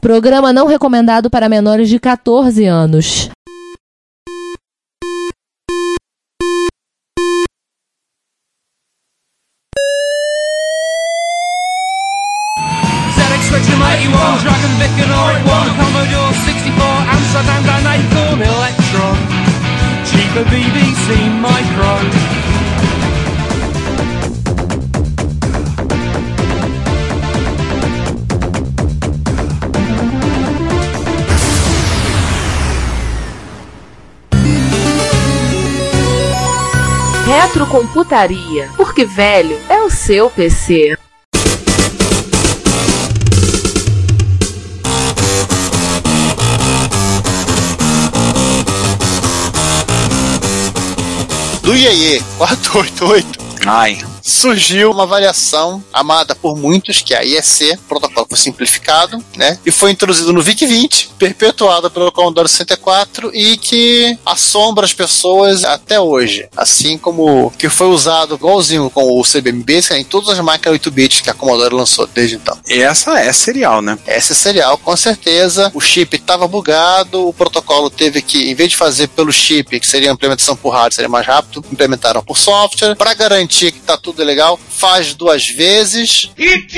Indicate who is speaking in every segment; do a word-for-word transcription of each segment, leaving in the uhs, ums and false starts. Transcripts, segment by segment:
Speaker 1: Programa não recomendado para menores de catorze anos.
Speaker 2: Dragon Vic and Oric one, Commodore sixty-four, Amsterdam and Acorn Electron, cheaper B B C Micro.
Speaker 3: Retrocomputaria, porque velho é o seu P C.
Speaker 4: Do I E E quatrocentos e oitenta e oito,
Speaker 5: Ai.
Speaker 4: surgiu uma variação amada por muitos, que é a I E C, protocolo foi simplificado, né? E foi introduzido no V I C vinte, perpetuado pelo Commodore sessenta e quatro e que assombra as pessoas até hoje. Assim como que foi usado igualzinho com o C B M Basic em todas as máquinas oito bits que a Commodore lançou desde então.
Speaker 5: Essa é serial, né?
Speaker 4: Essa é serial, com certeza. O chip estava bugado, o protocolo teve que, em vez de fazer pelo chip, que seria a implementação por hardware, seria mais rápido, implementaram por software. Para garantir que tá tudo legal, faz duas vezes.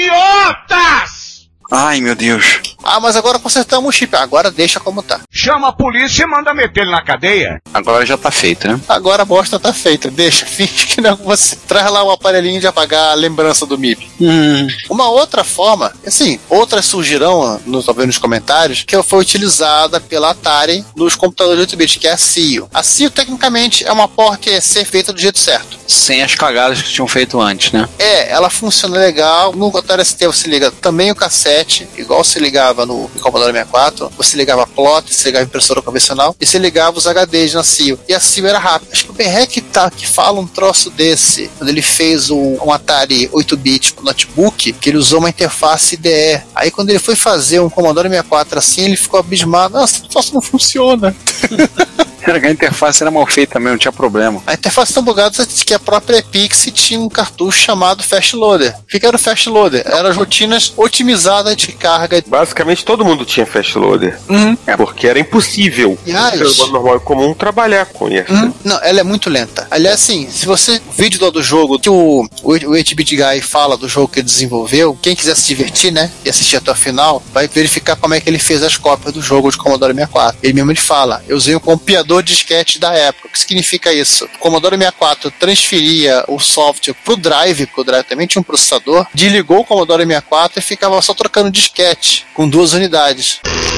Speaker 2: Idiotas!
Speaker 5: Ai, meu Deus.
Speaker 4: Ah, mas agora consertamos o chip. Agora deixa como tá.
Speaker 2: Chama a polícia e manda meter ele na cadeia.
Speaker 5: Agora já tá feito, né?
Speaker 4: Agora a bosta tá feita. Deixa, finge que não é com você. Traz lá o aparelhinho de apagar a lembrança do M I B.
Speaker 5: Hum.
Speaker 4: Uma outra forma, assim, outras surgirão, no, talvez nos comentários, que foi utilizada pela Atari nos computadores oito bits, que é a C I O. A C I O, tecnicamente, é uma porta que é ser feita do jeito certo.
Speaker 5: Sem as cagadas que tinham feito antes, né?
Speaker 4: É, ela funciona legal. No Atari S T você liga também o cassete, igual se ligava no Commodore sessenta e quatro. Você ligava a plot, você ligava a impressora convencional e você ligava os H Ds na C I O. E a C I O era rápida. Acho que o Berrec tá, que fala um troço desse, quando ele fez o, um Atari oito bit notebook, que ele usou uma interface I D E. Aí quando ele foi fazer um Commodore sessenta e quatro assim, ele ficou abismado. Nossa, esse troço não funciona.
Speaker 5: Era que a interface era mal feita mesmo, não tinha problema.
Speaker 4: A interface tão bugada que a própria Epix tinha um cartucho chamado Fast Loader. O que era o Fast Loader? Eram as rotinas otimizadas de carga.
Speaker 6: Basicamente todo mundo tinha Fast Loader.
Speaker 4: Uhum.
Speaker 6: É porque era impossível
Speaker 4: Aliás,
Speaker 6: o ser humano normal e comum trabalhar com isso.
Speaker 4: Uhum. Não, ela é muito lenta. Aliás, assim, se você... O vídeo do, do jogo, que o, o oito bit Guy fala do jogo que ele desenvolveu, quem quiser se divertir, né, e assistir até o final, vai verificar como é que ele fez as cópias do jogo de Commodore sessenta e quatro. Ele mesmo ele fala, eu usei um compilador de disquete da época. O que significa isso? O Commodore sessenta e quatro transferia o software pro drive, porque o drive também tinha um processador, desligou o Commodore sessenta e quatro e ficava só trocando disquete com duas unidades.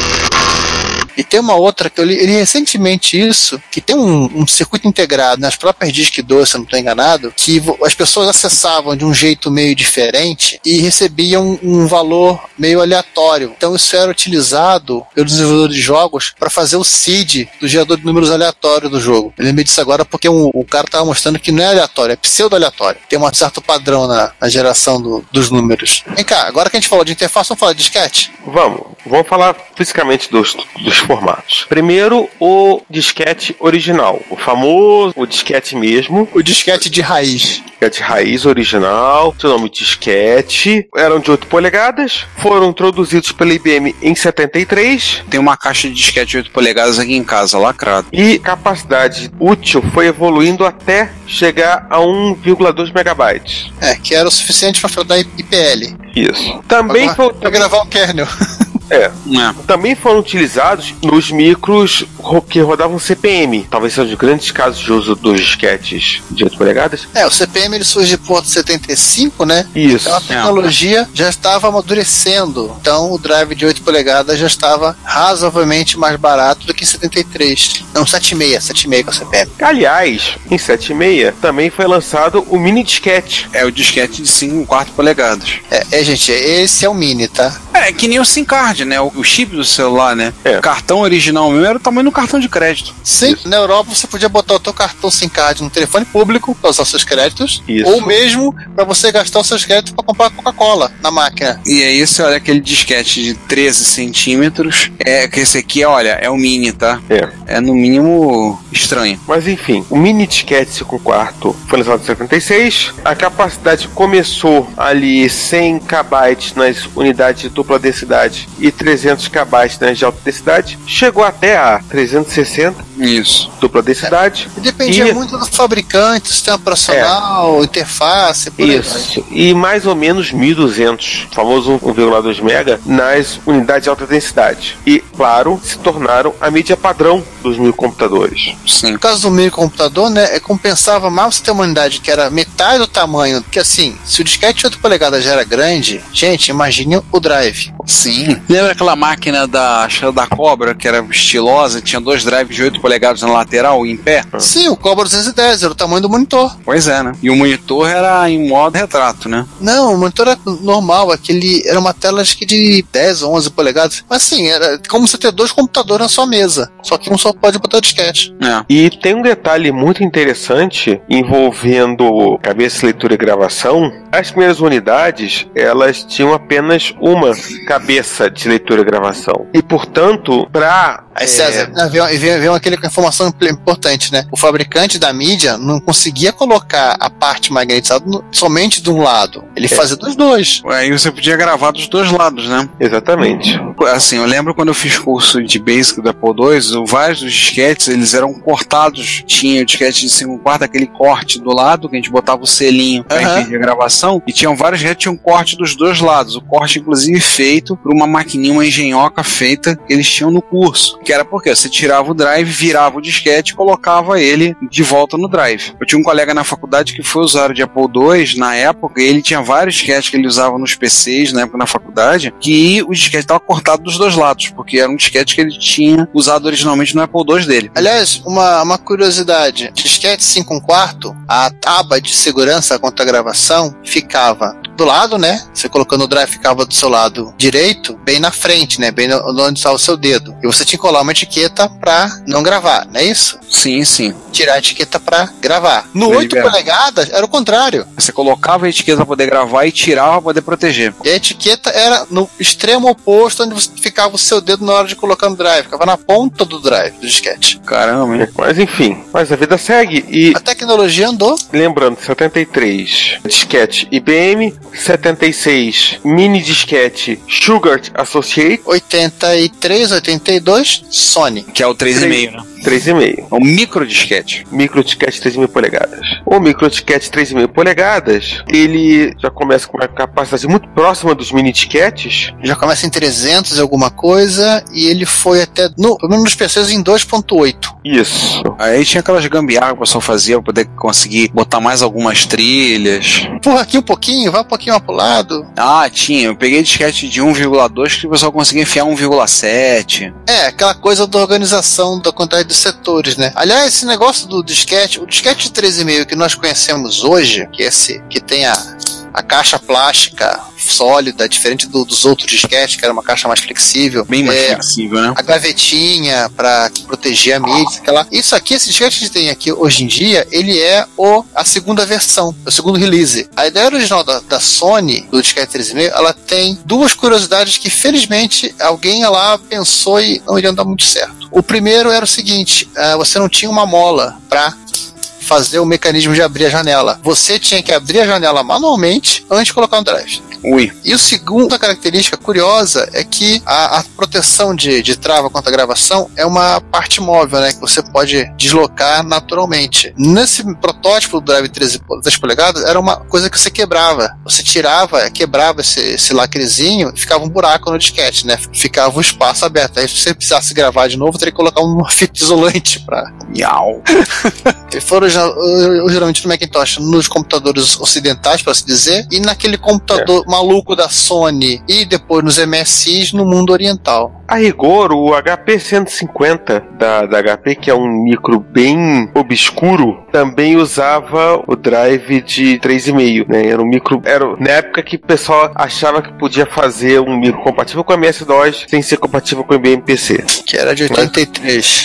Speaker 4: E tem uma outra que eu li, eu li recentemente isso, que tem um, um circuito integrado nas próprias Disk doze, se eu não estou enganado, que as pessoas acessavam de um jeito meio diferente e recebiam um valor meio aleatório. Então isso era utilizado pelos desenvolvedores de jogos para fazer o seed do gerador de números aleatório do jogo. Eu lembrei disso agora porque um, o cara estava mostrando que não é aleatório, é pseudo-aleatório. Tem um certo padrão na, na geração do, dos números. Vem cá, agora que a gente falou de interface, vamos falar de disquete?
Speaker 6: Vamos, vamos falar fisicamente dos, dos formatos. Primeiro, o disquete original, o famoso, o disquete mesmo.
Speaker 4: O disquete de raiz.
Speaker 6: Disquete raiz original, seu nome disquete, eram de oito polegadas, foram introduzidos pela I B M em setenta e três.
Speaker 5: Tem uma caixa de disquete de oito polegadas aqui em casa, lacrado.
Speaker 6: E capacidade útil foi evoluindo até chegar a um vírgula dois megabytes.
Speaker 4: É, que era o suficiente para rodar I P L.
Speaker 6: Isso. Também
Speaker 4: para
Speaker 6: foi...
Speaker 4: gravar o kernel.
Speaker 6: É. é. Também foram utilizados nos micros que rodavam C P M. Talvez sejam os grandes casos de uso dos disquetes de oito polegadas.
Speaker 4: É, o C P M ele surge de porta setenta e cinco, né?
Speaker 6: Isso.
Speaker 4: Então a tecnologia é. já estava amadurecendo. Então o drive de oito polegadas já estava razoavelmente mais barato do que setenta e três. Não, sete vírgula cinco, sete vírgula cinco com a C P M.
Speaker 6: Aliás, em sete vírgula cinco também foi lançado o mini disquete.
Speaker 5: É o disquete de cinco vírgula quatro polegadas.
Speaker 4: É, é, gente, esse é o mini, tá?
Speaker 5: É, que nem o SIM card, né? O, o chip do celular, né?
Speaker 6: É.
Speaker 5: O cartão original mesmo era o tamanho do cartão de crédito.
Speaker 4: Sim, isso. Na Europa você podia botar o teu cartão SIM card no telefone público para usar seus créditos.
Speaker 6: Isso.
Speaker 4: Ou mesmo para você gastar os seus créditos para comprar Coca-Cola na máquina.
Speaker 5: E aí você olha aquele disquete de treze centímetros. É que esse aqui, olha, é o mini, tá?
Speaker 6: É.
Speaker 5: É no mínimo estranho.
Speaker 6: Mas enfim, o mini disquete cinco quartos foi lançado em setenta e seis. A capacidade começou ali cem kilobytes nas unidades do dupla densidade e trezentos kilobytes, né, de alta densidade, chegou até a trezentos e sessenta.
Speaker 5: Isso.
Speaker 6: Dupla densidade.
Speaker 4: E dependia
Speaker 6: e...
Speaker 4: muito do fabricante, sistema operacional, é. interface, por
Speaker 6: Isso. Aí. E mais ou menos mil e duzentos, famoso um vírgula dois mega, nas unidades de alta densidade. E, claro, se tornaram a mídia padrão dos microcomputadores.
Speaker 5: Sim.
Speaker 4: No caso do microcomputador, né, é, compensava mais você ter uma unidade que era metade do tamanho, porque assim, se o disquete de oito polegadas já era grande, gente, imagine o drive.
Speaker 5: Sim. Lembra aquela máquina da, acho que era da Cobra, que era estilosa, tinha dois drives de oito polegadas na lateral, em pé?
Speaker 4: Sim, o Cobra duzentos e dez, era o tamanho do monitor.
Speaker 5: Pois é, né? E o monitor era em modo retrato, né?
Speaker 4: Não, o monitor era normal, aquele era uma tela acho que de dez ou onze polegadas, mas assim, era como você ter dois computadores na sua mesa, só que um só pode botar o disquete.
Speaker 5: É.
Speaker 6: E tem um detalhe muito interessante envolvendo cabeça, leitura e gravação. As primeiras unidades, elas tinham apenas uma cabeça de leitura e gravação. E, portanto, para...
Speaker 4: Aí, César, é... veio, veio, veio aquele com informação importante, né? O fabricante da mídia não conseguia colocar a parte magnetizada no, somente de um lado. Ele é. fazia dos dois.
Speaker 5: Aí você podia gravar dos dois lados, né?
Speaker 6: Exatamente.
Speaker 5: Assim, eu lembro quando eu fiz curso de Basic da Apple dois, vários dos disquetes, eles eram cortados. Tinha o disquete de cinco quartos, aquele corte do lado, que a gente botava o selinho pra
Speaker 4: uhum.
Speaker 5: impedir a gravação, e tinham vários disquetes que tinham corte dos dois lados. O corte, inclusive, feito por uma maquininha, uma engenhoca feita que eles tinham no curso. Que era porque você tirava o drive, virava o disquete e colocava ele de volta no drive. Eu tinha um colega na faculdade que foi usuário de Apple dois na época, e ele tinha vários disquetes que ele usava nos P Cs na época na faculdade, que o disquete estava cortado dos dois lados, porque era um disquete que ele tinha usado originalmente no Apple dois dele.
Speaker 4: Aliás, uma, uma curiosidade, disquete cinco quartos, a aba de segurança contra a gravação ficava do lado, né? Você colocando o drive ficava do seu lado direito, bem na frente, né? Bem onde está o seu dedo. E você tinha que colar uma etiqueta pra não gravar, não é isso?
Speaker 5: Sim, sim.
Speaker 4: Tirar a etiqueta pra gravar. No oito polegadas era o contrário.
Speaker 5: Você colocava a etiqueta pra poder gravar e tirava pra poder proteger.
Speaker 4: E a etiqueta era no extremo oposto, onde você ficava o seu dedo na hora de colocar no drive. Ficava na ponta do drive, do disquete.
Speaker 5: Caramba, hein?
Speaker 6: Mas enfim, mas a vida segue e...
Speaker 4: A tecnologia andou.
Speaker 6: Lembrando, setenta e três, disquete I B M, setenta e seis, mini disquete Sugar Associate,
Speaker 4: oitenta e três, oitenta e dois, Sony.
Speaker 5: Que é o três e meio, né?
Speaker 6: três e meio.
Speaker 5: É um micro disquete.
Speaker 6: Micro disquete três e meio polegadas. O micro disquete três e meio polegadas, ele já começa com uma capacidade muito próxima dos mini disquetes.
Speaker 4: Já começa em trezentos e alguma coisa, e ele foi até, no, pelo menos nos P Cs, em dois ponto oito.
Speaker 6: Isso.
Speaker 5: Aí tinha aquelas gambiarras que o pessoal fazia pra poder conseguir botar mais algumas trilhas.
Speaker 4: Porra, aqui um pouquinho, vai um pouquinho lá pro lado.
Speaker 5: Ah, tinha. Eu peguei disquete de um vírgula dois que o pessoal conseguia enfiar um vírgula sete.
Speaker 4: É, aquela coisa da organização da quantidade de setores, né? Aliás, esse negócio do disquete, o disquete de três e meio que nós conhecemos hoje, que é esse, que tem a, a caixa plástica sólida, diferente do, dos outros disquetes, que era uma caixa mais flexível.
Speaker 5: Bem mais
Speaker 4: é,
Speaker 5: flexível, né?
Speaker 4: A gavetinha pra proteger a mídia, aquela... Isso aqui, esse disquete que a gente tem aqui hoje em dia, ele é o, a segunda versão, o segundo release. A ideia original da, da Sony, do disquete três e meio, ela tem duas curiosidades que, felizmente, alguém lá pensou e não iriam dar muito certo. O primeiro era o seguinte, uh, você não tinha uma mola pra fazer o mecanismo de abrir a janela. Você tinha que abrir a janela manualmente antes de colocar no drive.
Speaker 5: Ui.
Speaker 4: E a segunda característica curiosa é que a, a proteção de, de trava contra a gravação é uma parte móvel, né, que você pode deslocar naturalmente. Nesse protótipo do drive treze polegadas era uma coisa que você quebrava. Você tirava, quebrava esse, esse lacrezinho e ficava um buraco no disquete, né? Ficava o espaço aberto. Aí se você precisasse gravar de novo, teria que colocar uma fita isolante pra...
Speaker 5: Miau.
Speaker 4: Eles foram geralmente no Macintosh, nos computadores ocidentais, para se dizer, e naquele computador é. maluco da Sony e depois nos M S Is no mundo oriental.
Speaker 6: A rigor, o H P cento e cinquenta da, da H P, que é um micro bem obscuro, também usava o drive de três e meio, né? Era um micro, era na época que o pessoal achava que podia fazer um micro compatível com a M S DOS sem ser compatível com o I B M P C.
Speaker 4: Que era de oitenta e três.
Speaker 6: Mas, é.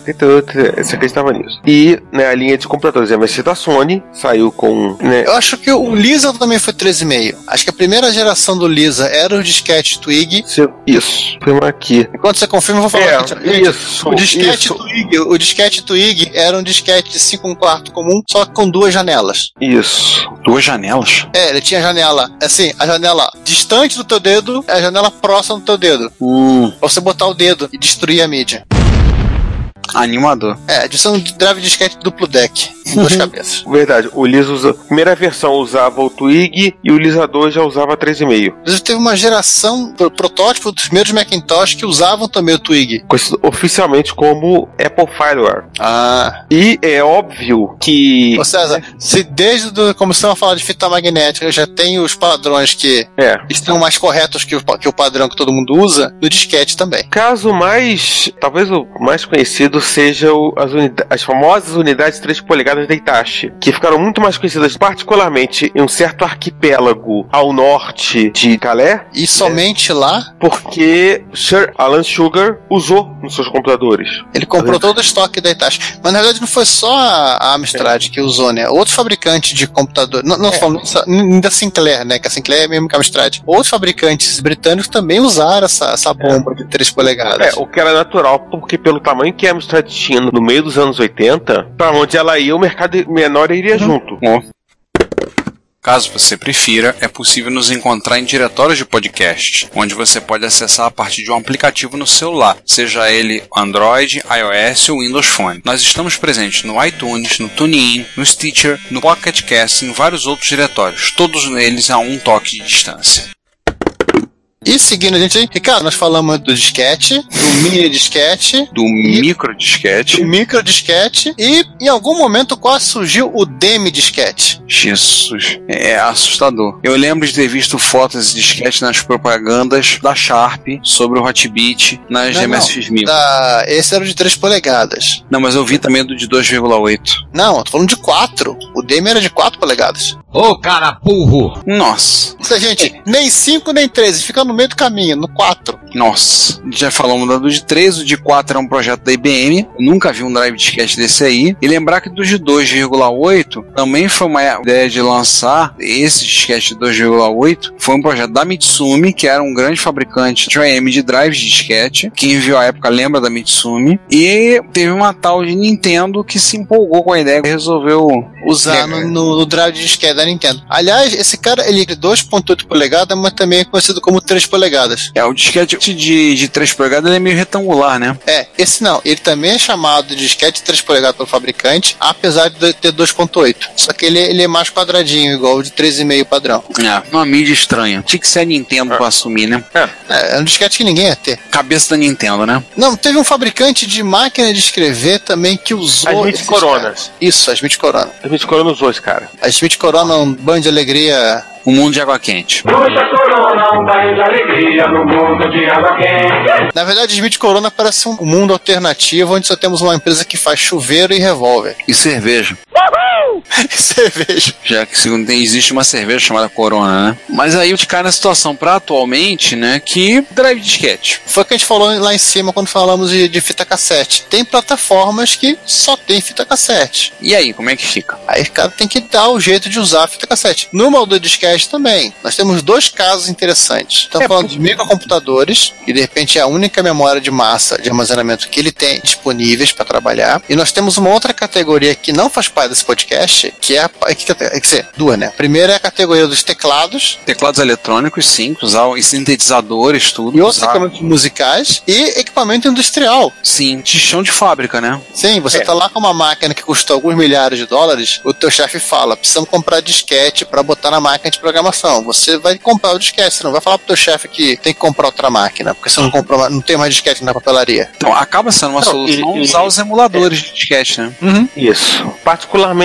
Speaker 6: setenta e oito, você acreditava nisso. E, né, a linha de computadores M S C da Sony saiu com, né...
Speaker 4: Eu acho que o Lisa também foi treze e meio. Acho que a primeira geração do Lisa era o disquete Twig.
Speaker 6: Isso, confirma aqui.
Speaker 4: Enquanto você confirma, eu vou falar
Speaker 6: é,
Speaker 4: aqui.
Speaker 6: Isso,
Speaker 4: o disquete
Speaker 6: isso.
Speaker 4: Twig, o disquete Twig era um disquete de cinco um quarto comum, só com duas janelas.
Speaker 6: Isso.
Speaker 5: Duas janelas?
Speaker 4: É, ele tinha janela, assim, a janela distante do teu dedo, a janela próxima do teu dedo.
Speaker 5: Hum.
Speaker 4: Pra você botar o dedo e destruir a mídia.
Speaker 5: Animador.
Speaker 4: É, de ser um drive de disquete duplo deck, com duas cabeças.
Speaker 6: Verdade, o Lisa usa, a primeira versão usava o Twig e o Lisa dois já usava treze e meio.
Speaker 4: Mas teve uma geração, pro, protótipo dos primeiros Macintosh que usavam também o Twig.
Speaker 6: Conhecido oficialmente como Apple Fireware.
Speaker 4: Ah.
Speaker 6: E é óbvio que...
Speaker 4: Ô César, se desde do, começamos a falar de fita magnética já tem os padrões que
Speaker 6: é.
Speaker 4: estão mais corretos que o, que o padrão que todo mundo usa, no disquete também.
Speaker 6: Caso mais, talvez o mais conhecido seja o, as, unidades, as famosas unidades três polegadas da Hitachi, que ficaram muito mais conhecidas particularmente em um certo arquipélago ao norte de Calais.
Speaker 4: E somente é, lá?
Speaker 6: Porque Sir Alan Sugar usou nos seus computadores.
Speaker 4: Ele comprou todo o estoque da Hitachi. Mas na verdade não foi só a Amstrad é. que usou, né? Outros fabricantes de computador, não, não é. falando da Sinclair, né? Que a Sinclair é mesmo que a Amstrad. Outros fabricantes britânicos também usaram essa, essa bomba é. de três polegadas.
Speaker 6: É, o que era natural, porque pelo tamanho que a Amstrad tinha no meio dos anos oitenta, pra onde ela ia, o mercado menor iria uhum. junto.
Speaker 5: Oh. Caso você prefira, é possível nos encontrar em diretórios de podcast, onde você pode acessar a partir de um aplicativo no celular, seja ele Android, iOS ou Windows Phone. Nós estamos presentes no iTunes, no TuneIn, no Stitcher, no Pocket Cast e em vários outros diretórios, todos eles a um toque de distância.
Speaker 4: E seguindo a gente aí, Ricardo, nós falamos do disquete, do mini disquete,
Speaker 5: do micro disquete,
Speaker 4: do micro disquete e em algum momento quase surgiu o demi disquete.
Speaker 5: Jesus, é assustador. Eu lembro de ter visto fotos de disquete nas propagandas da Sharp sobre o Hotbit nas
Speaker 4: não,
Speaker 5: M S X mil.
Speaker 4: Da... Esse era o de três polegadas.
Speaker 5: Não, mas eu vi também do de dois vírgula oito.
Speaker 4: Não, eu tô falando de quatro. O demi era de quatro polegadas.
Speaker 7: Ô, oh, cara burro!
Speaker 5: Nossa.
Speaker 4: Isso, gente, nem cinco nem três, fica no meio do caminho, no quatro.
Speaker 5: Nossa. Já falamos do de três, o de quatro é um projeto da I B M. Eu nunca vi um drive disquete desse aí. E lembrar que do de dois vírgula oito também foi uma ideia de lançar esse disquete de dois vírgula oito. Foi um projeto da Mitsumi, que era um grande fabricante de I M de drives de disquete. Quem viu a época lembra da Mitsumi. E teve uma tal de Nintendo que se empolgou com a ideia e resolveu
Speaker 4: usar no, no, no drive de disquete da Nintendo. Aliás, esse cara, ele é de dois vírgula oito polegadas, mas também é conhecido como três polegadas.
Speaker 5: É, o disquete de, de três polegadas ele é meio retangular, né?
Speaker 4: É, esse não. Ele também é chamado de disquete de três polegadas pelo fabricante, apesar de ter dois vírgula oito. Só que ele, ele é mais quadradinho, igual o de três vírgula cinco padrão.
Speaker 5: É, uma mídia estranha. Tinha que ser a Nintendo é. pra assumir, né?
Speaker 4: É. é, é um disquete que ninguém ia ter.
Speaker 5: Cabeça da Nintendo, né?
Speaker 4: Não, teve um fabricante de máquina de escrever também que usou...
Speaker 6: A Smith Corona.
Speaker 4: Isso, a Smith Corona.
Speaker 6: A Smith Corona usou esse cara.
Speaker 4: A Smith Corona, um banho de alegria...
Speaker 5: Um mundo de água quente.
Speaker 2: Puxa Corona, um banho de alegria no mundo de água quente.
Speaker 4: Na verdade, Smith Corona parece um mundo alternativo onde só temos uma empresa que faz chuveiro e revólver.
Speaker 5: E cerveja.
Speaker 4: Uhul! E cerveja.
Speaker 5: Já que segundo tem, existe uma cerveja chamada Corona, né? Mas aí te cai na situação pra atualmente, né? Que drive disquete.
Speaker 4: Foi o que a gente falou lá em cima quando falamos de, de fita cassete. Tem plataformas que só tem fita cassete.
Speaker 5: E aí, como é que fica?
Speaker 4: Aí o cara tem que dar o jeito de usar a fita cassete. No modo disquete também. Nós temos dois casos interessantes. Estamos é, falando de microcomputadores, que de repente é a única memória de massa de armazenamento que ele tem disponíveis para trabalhar. E nós temos uma outra categoria que não faz parte desse podcast, que é a. Que, quer dizer, duas, né? A primeira é a categoria dos teclados.
Speaker 5: Teclados eletrônicos, sim, usar e sintetizadores, tudo.
Speaker 4: E outros usar. equipamentos musicais e equipamento industrial.
Speaker 5: Sim, de chão de fábrica, né?
Speaker 4: Sim, você é. tá lá com uma máquina que custa alguns milhares de dólares, o teu chefe fala, precisamos comprar disquete para botar na máquina de programação. Você vai comprar o disquete, você não vai falar pro teu chefe que tem que comprar outra máquina, porque você não comprou, não tem mais disquete na papelaria.
Speaker 5: Então, acaba sendo uma não, solução e, usar e, os emuladores é. de disquete, né?
Speaker 6: Uhum. Isso. Particularmente porque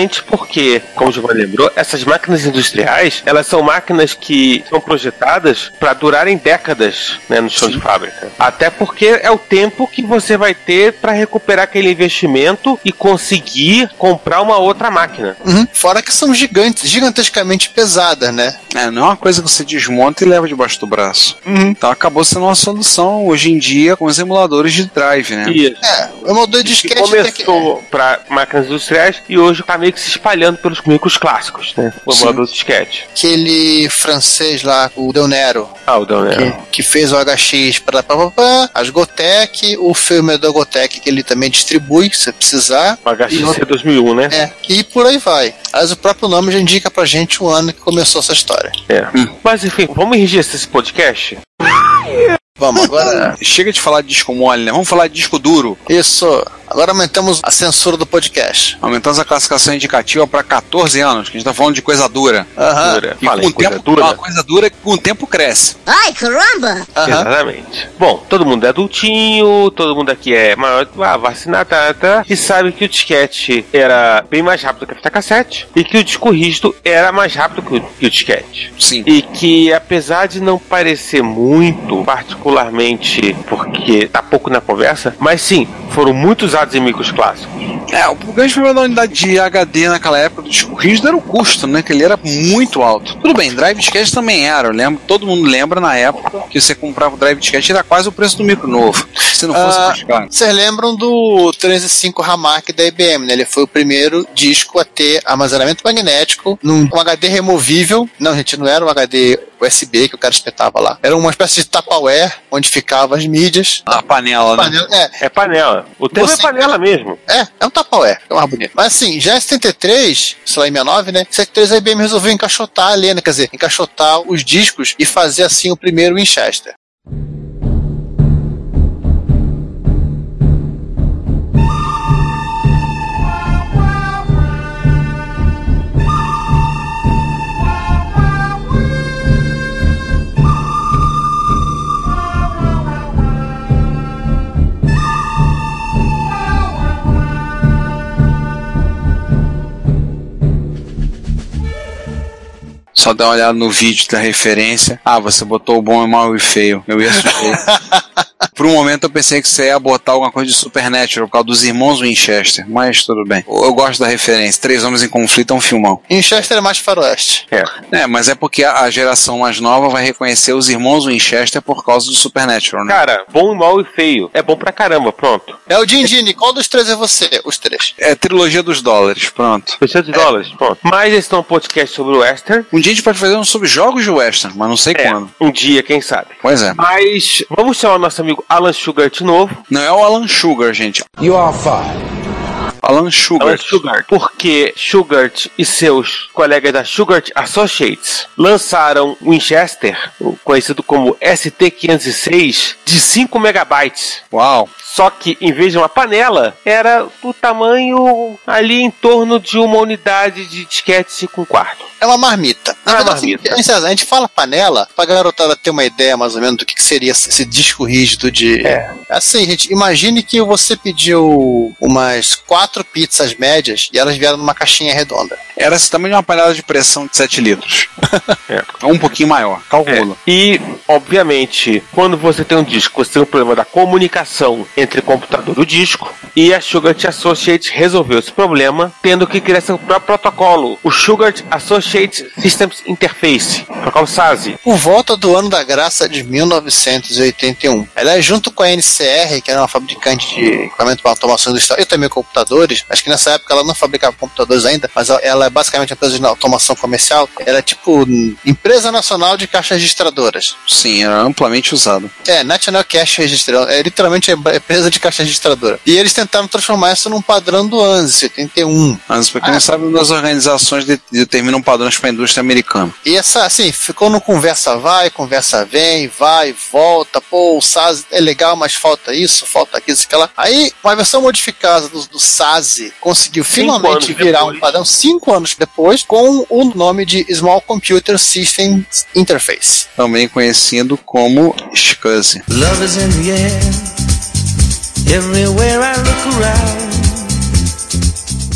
Speaker 6: porque, como o Giovanni lembrou, essas máquinas industriais, elas são máquinas que são projetadas para durarem décadas, né, no chão de fábrica. Até porque é o tempo que você vai ter para recuperar aquele investimento e conseguir comprar uma outra máquina.
Speaker 4: Uhum. Fora que são gigantes, gigantescamente pesadas, né?
Speaker 5: É, não é uma coisa que você desmonta e leva debaixo do braço.
Speaker 4: Uhum.
Speaker 5: Então acabou sendo uma solução hoje em dia com os emuladores de drive, né?
Speaker 6: Isso.
Speaker 4: É, o emulador de
Speaker 6: Que
Speaker 4: disquete
Speaker 6: começou para máquinas industriais e hoje tá meio que se espalhando pelos micros clássicos, né? O emulador de disquete.
Speaker 4: Aquele francês lá, o Del Nero,
Speaker 6: Ah, o Del Nero.
Speaker 4: que, que fez o H X para as Gotek, o filme da Gotek que ele também distribui, se precisar.
Speaker 6: O H X C
Speaker 4: E,
Speaker 6: dois mil e um, né?
Speaker 4: é, e por aí vai. Mas o próprio nome já indica pra gente o ano que começou essa história.
Speaker 6: É. Mas enfim, vamos enrijecer esse podcast?
Speaker 4: Vamos, agora.
Speaker 5: Chega de falar de disco mole, né? Vamos falar de disco duro.
Speaker 4: Isso. Agora aumentamos a censura do podcast.
Speaker 5: Aumentamos a classificação indicativa para catorze anos, que a gente tá falando de coisa dura.
Speaker 4: Aham.
Speaker 6: Dura.
Speaker 5: E
Speaker 6: Falei,
Speaker 5: com o
Speaker 6: coisa
Speaker 5: tempo,
Speaker 6: dura.
Speaker 5: uma coisa dura que com o tempo cresce.
Speaker 7: Ai, caramba!
Speaker 4: Aham.
Speaker 6: Exatamente. Bom, todo mundo é adultinho, todo mundo aqui é maior, ah, vacinado, tá, tá, e sabe que o disquete era bem mais rápido que a fita cassete e que o disco rígido era mais rápido que o, que o disquete.
Speaker 5: Sim.
Speaker 6: E que, apesar de não parecer muito, particularmente porque tá pouco na conversa, mas sim, foram muito usados em micros clássicos.
Speaker 5: É, o grande problema da unidade de H D naquela época do disco rígido era o custo, né? Que ele era muito alto. Tudo bem, drive disquete também era. Eu lembro, todo mundo lembra na época que você comprava o drive disquete era quase o preço do micro novo. Se não fosse
Speaker 4: Ah,
Speaker 5: mais caro.
Speaker 4: Vocês lembram do trezentos e cinco Hamac da I B M, né? Ele foi o primeiro disco a ter armazenamento magnético num um H D removível. Não, gente, não era um H D U S B que o cara espetava lá. Era uma espécie de Tupperware onde ficavam as mídias.
Speaker 5: A panela, né?
Speaker 4: Panela- é,
Speaker 6: É panela. O termo
Speaker 4: Você-
Speaker 6: é panela mesmo.
Speaker 4: É, é um Tupperware, é mais bonito. Mas assim, já em setenta e três, sei lá, em sessenta e nove, né? Em setenta e três a I B M resolveu encaixotar a lenda, quer dizer, encaixotar os discos e fazer assim o primeiro Winchester.
Speaker 5: Só dá uma olhada no vídeo da referência. Ah, você botou o bom, o mau e o feio. Eu ia assustei. Por um momento eu pensei que você ia botar alguma coisa de Supernatural por causa dos irmãos Winchester, mas tudo bem. Eu gosto da referência. Três Homens em Conflito é um filmão.
Speaker 4: Winchester é mais faroeste.
Speaker 6: É.
Speaker 5: É, mas é porque a a geração mais nova vai reconhecer os irmãos Winchester por causa do Supernatural, né?
Speaker 6: Cara, bom, mal e feio. É bom pra caramba, pronto.
Speaker 4: É o Dindini, qual dos três é você? Os três.
Speaker 5: É a trilogia dos dólares, pronto.
Speaker 6: seiscentos dólares, pronto. Mas esse é um podcast sobre o Western.
Speaker 5: Um dia a gente pode fazer um sobre jogos de western, mas não sei
Speaker 6: É,
Speaker 5: quando.
Speaker 6: um dia, quem sabe.
Speaker 5: Pois é.
Speaker 6: Mas vamos chamar o nosso amigo Alan Sugar de novo.
Speaker 5: Não é o Alan Sugar, gente.
Speaker 8: You are fired.
Speaker 5: Alan Sugar.
Speaker 6: Alan Sugar. Porque Sugart e seus colegas da Sugart Associates lançaram o Winchester, conhecido como S T quinhentos e seis, de cinco megabytes.
Speaker 5: Uau.
Speaker 6: Só que, em vez de uma panela, era do tamanho ali em torno de uma unidade de disquete cinco um quarto.
Speaker 4: É uma marmita. Na
Speaker 6: É uma
Speaker 4: verdade,
Speaker 6: marmita.
Speaker 4: assim, a gente fala panela pra garotada ter uma ideia mais ou menos do que que seria esse disco rígido de...
Speaker 6: É.
Speaker 4: Assim, gente, imagine que você pediu umas quatro pizzas médias e elas vieram numa caixinha redonda.
Speaker 5: Era esse tamanho de uma panela de pressão de sete litros.
Speaker 6: É.
Speaker 5: Ou um pouquinho maior. Calcula.
Speaker 6: É. E, obviamente, quando você tem um disco, você tem um problema da comunicação entre o computador e o disco. E a Sugart Associates resolveu esse problema, tendo que criar seu próprio protocolo, o Sugart Associates Systems Interface, protocolo S A S I.
Speaker 4: Por volta do ano da graça de mil novecentos e oitenta e um. Ela é junto com a N C R, que era uma fabricante de equipamento para automação industrial, e também computadores. Acho que nessa época ela não fabricava computadores ainda, mas ela é basicamente uma empresa de automação comercial. Ela é tipo empresa nacional de caixas registradoras.
Speaker 5: Sim, era amplamente usado.
Speaker 4: É, National Cash Register, é literalmente a empresa de caixa registradora. E eles tentaram transformar isso num padrão do ANSI, oitenta e um.
Speaker 5: Mas pra quem
Speaker 4: Ah.
Speaker 5: não sabe, das organizações de- determinam padrões para a indústria americana.
Speaker 4: E essa, assim, ficou no conversa vai, conversa vem, vai, volta, pô, o S A S é legal, mas falta isso, falta aquilo, isso, aquela. Aí, uma versão modificada do, do S A S I conseguiu finalmente
Speaker 6: anos
Speaker 4: virar
Speaker 6: depois.
Speaker 4: um padrão, cinco anos depois, com o nome de Small Computer Systems Interface.
Speaker 5: Também conhecido como S C S I.
Speaker 2: Love is in the air. Everywhere I look around.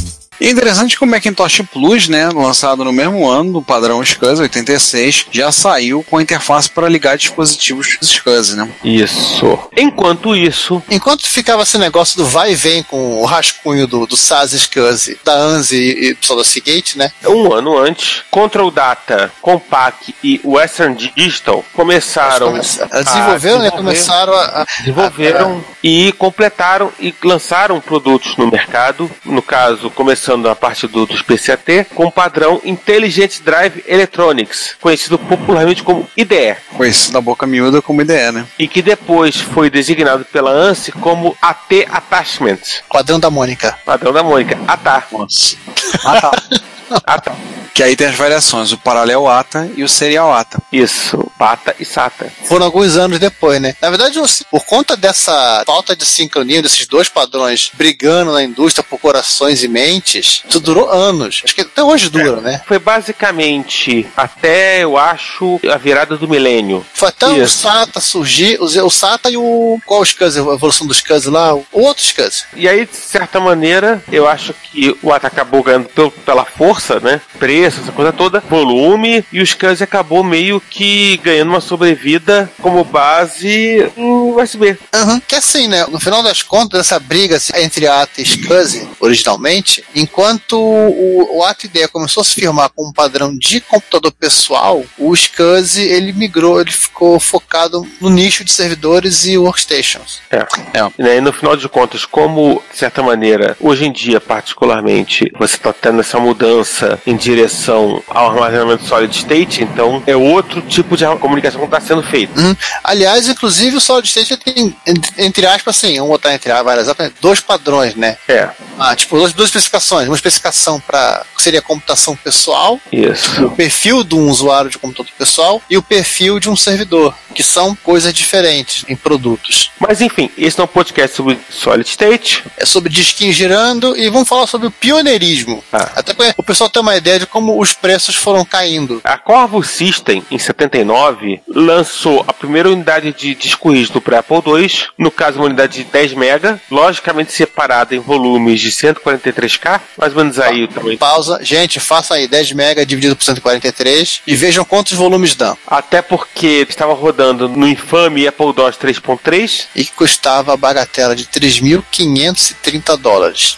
Speaker 5: E é interessante que o Macintosh Plus, né, lançado no mesmo ano do padrão SCSI oitenta e seis, já saiu com a interface para ligar dispositivos SCSI, né?
Speaker 6: Isso. Enquanto isso...
Speaker 4: Enquanto ficava esse negócio do vai e vem com o rascunho do, do S A S SCSI, da ANSI e, e do Seagate, né?
Speaker 6: Um ano antes, Control Data, Compaq e Western Digital começaram
Speaker 4: a desenvolveram, a né? Começaram a... a
Speaker 6: desenvolveram a, a... e completaram e lançaram produtos no mercado, no caso, começando a partir do, dos P C A T, com o padrão Intelligent Drive Electronics, conhecido popularmente como I D E.
Speaker 5: Conhecido da boca miúda como I D E, né?
Speaker 6: E que depois foi designado pela ANSI como A T Attachment.
Speaker 4: Padrão da Mônica.
Speaker 6: Padrão da Mônica. A T A.
Speaker 5: Nossa.
Speaker 6: A T A. A T A.
Speaker 5: Que aí tem as variações, o Paralel A T A e o Serial A T A.
Speaker 6: Isso, P A T A e S A T A.
Speaker 4: Foram alguns anos depois, né? Na verdade, por conta dessa falta de sincronia desses dois padrões brigando na indústria por corações e mentes, isso durou anos. Acho que até hoje dura, é, né?
Speaker 6: Foi basicamente até, eu acho, a virada do milênio.
Speaker 4: Foi até isso. O S A T A surgir, o S A T A e o... Qual o SCSI? A evolução do SCSI lá? O outro SCSI.
Speaker 6: E aí, de certa maneira, eu acho que o A T A acabou ganhando pela força, né? Preço, essa coisa toda, volume, e o SCSI acabou meio que ganhando uma sobrevida como base no U S B.
Speaker 4: Uhum. Que assim, né? No final das contas, essa briga assim, entre A T A e SCSI, originalmente, enquanto o, o A T A I D E começou a se firmar como um padrão de computador pessoal, o SCSI, ele migrou, ele ficou focado no nicho de servidores e workstations.
Speaker 6: É. é. E no final de contas, como, de certa maneira, hoje em dia, particularmente, você está tendo essa mudança em direção ao armazenamento solid state, então é outro tipo de comunicação que está sendo feita.
Speaker 4: Uhum. Aliás, inclusive o solid state tem, entre aspas, assim, vamos botar entre várias aspas, dois padrões, né?
Speaker 6: É.
Speaker 4: Ah, tipo, duas, duas especificações. Uma especificação para que seria a computação pessoal,
Speaker 6: isso.
Speaker 4: O perfil de um usuário de computador pessoal e o perfil de um servidor, que são coisas diferentes em produtos.
Speaker 6: Mas enfim, esse não é um podcast sobre solid state.
Speaker 4: É sobre disquinho girando e vamos falar sobre o pioneirismo. Ah. Até para o pessoal ter uma ideia de como os preços foram caindo.
Speaker 6: A Corvo System, em setenta e nove, lançou a primeira unidade de disco rígido para Apple dois, no caso uma unidade de dez mega, logicamente separada em volumes de cento e quarenta e três K, mais ou menos aí o tamanho.
Speaker 4: Pausa. Gente, faça aí dez mega dividido por cento e quarenta e três e vejam quantos volumes dão.
Speaker 6: Até porque estava rodando no infame Apple DOS três ponto três
Speaker 4: e que custava a bagatela de três mil quinhentos e trinta dólares.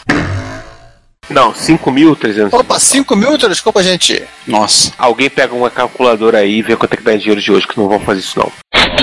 Speaker 6: Não, cinco mil e trezentos.
Speaker 4: Opa, cinco mil? Desculpa, gente.
Speaker 5: Nossa.
Speaker 6: Alguém pega uma calculadora aí e vê quanto é que dá em dinheiro de hoje, que não vão fazer isso não.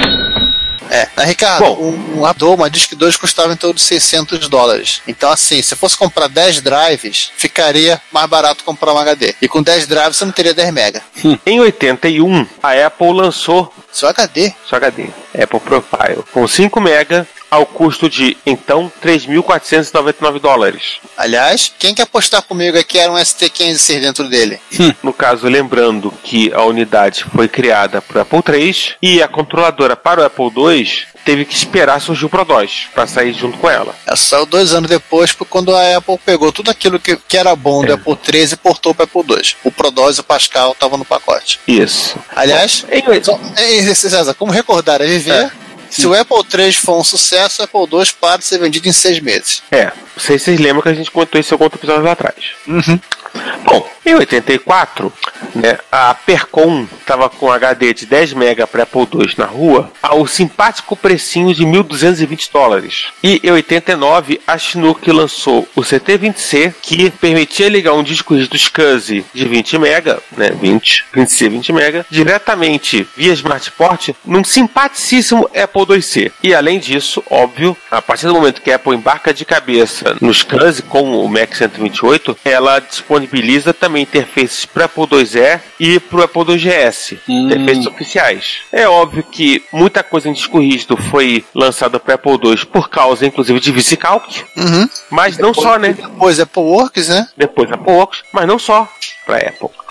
Speaker 4: É, né, Ricardo, Bom, um, um Apple, uma Disk dois custava em torno de seiscentos dólares. Então, assim, se fosse comprar dez drives, ficaria mais barato comprar um H D. E com dez drives você não teria dez mega.
Speaker 6: Hum. Em oitenta e um, a Apple lançou
Speaker 4: seu H D.
Speaker 6: Seu H D, Apple Profile, com cinco mega ao custo de, então, três mil quatrocentos e noventa e nove dólares.
Speaker 4: Aliás, quem quer apostar comigo é que era um S T quinze C dentro dele?
Speaker 6: Hum. No caso, lembrando que a unidade foi criada para o Apple três e a controladora para o Apple dois teve que esperar surgir o Pro DOS para sair junto com ela.
Speaker 4: Ela saiu dois anos depois, quando a Apple pegou tudo aquilo que, que era bom do é. Apple três e portou para o Apple dois. O Pro DOS e o Pascal estavam no pacote.
Speaker 6: Isso.
Speaker 4: Aliás, Bom, em... só, em, César, como recordar é viver... É. Se o Apple três for um sucesso, o Apple dois para de ser vendido em seis meses.
Speaker 6: É, não sei se vocês lembram que a gente contou isso em alguns episódios atrás.
Speaker 4: Uhum.
Speaker 6: Bom, em oitenta e quatro, né, a Percom estava com H D de dez mega para Apple dois na rua ao simpático precinho de mil duzentos e vinte dólares. E em oitenta e nove, a Chinook lançou o C T vinte C, que permitia ligar um disco rígido SCSI de vinte mega, né, vinte, vinte C, vinte mega, diretamente via SmartPort num simpaticíssimo Apple dois C. E além disso, óbvio, a partir do momento que a Apple embarca de cabeça no SCSI com o Mac cento e vinte e oito, ela disponibiliza também interfaces para Apple dois E e para o Apple dois G S, hum. interfaces oficiais. É óbvio que muita coisa em disco rígido foi lançada para Apple dois por causa, inclusive, de VisiCalc,
Speaker 4: uhum.
Speaker 6: mas não
Speaker 4: depois,
Speaker 6: só, né?
Speaker 4: Depois Apple Works, né?
Speaker 6: Depois Apple Works, mas não só para Apple.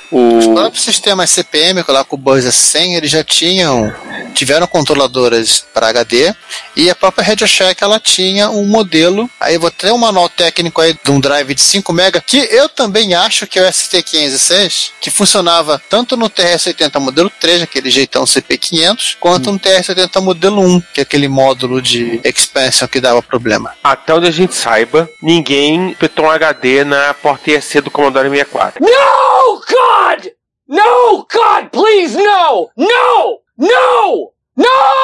Speaker 6: O...
Speaker 4: Os próprios sistemas C P M, lá com o Buzzer cem, eles já tinham, tiveram controladoras para H D, e a própria Radio Shack, ela tinha um modelo, aí eu vou ter um manual técnico aí de um drive de cinco mega, que eu também acho que é o S T quinhentos e seis, que funcionava tanto no T R S oitenta modelo três, aquele jeitão C P quinhentos, quanto hum. no T R S oitenta modelo um, que é aquele módulo de expansion que dava problema.
Speaker 6: Até onde a gente saiba, ninguém petou um H D na porta I E C do Commodore sessenta e quatro.
Speaker 2: No, God! No, God, please, no! No! No! No!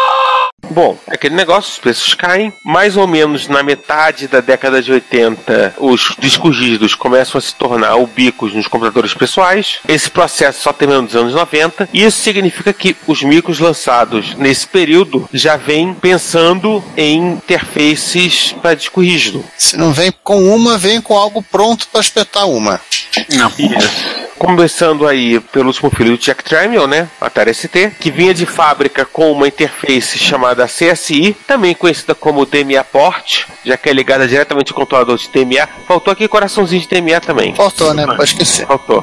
Speaker 6: Bom, aquele negócio, os preços caem. Mais ou menos na metade da década de oitenta, os discos rígidos começam a se tornar ubíquos nos computadores pessoais. Esse processo só termina nos anos noventa. E isso significa que os micros lançados nesse período já vêm pensando em interfaces para disco rígido.
Speaker 4: Se não vem com uma, vem com algo pronto para espetar uma.
Speaker 6: Não. Isso. Começando aí pelo último filho do Jack Tramiel, né? Atari S T, que vinha de fábrica com uma interface chamada C S I, também conhecida como D M A Port, já que é ligada diretamente ao controlador de D M A. Faltou aqui coraçãozinho de D M A também.
Speaker 4: Faltou, né? Pode esquecer.
Speaker 6: Faltou.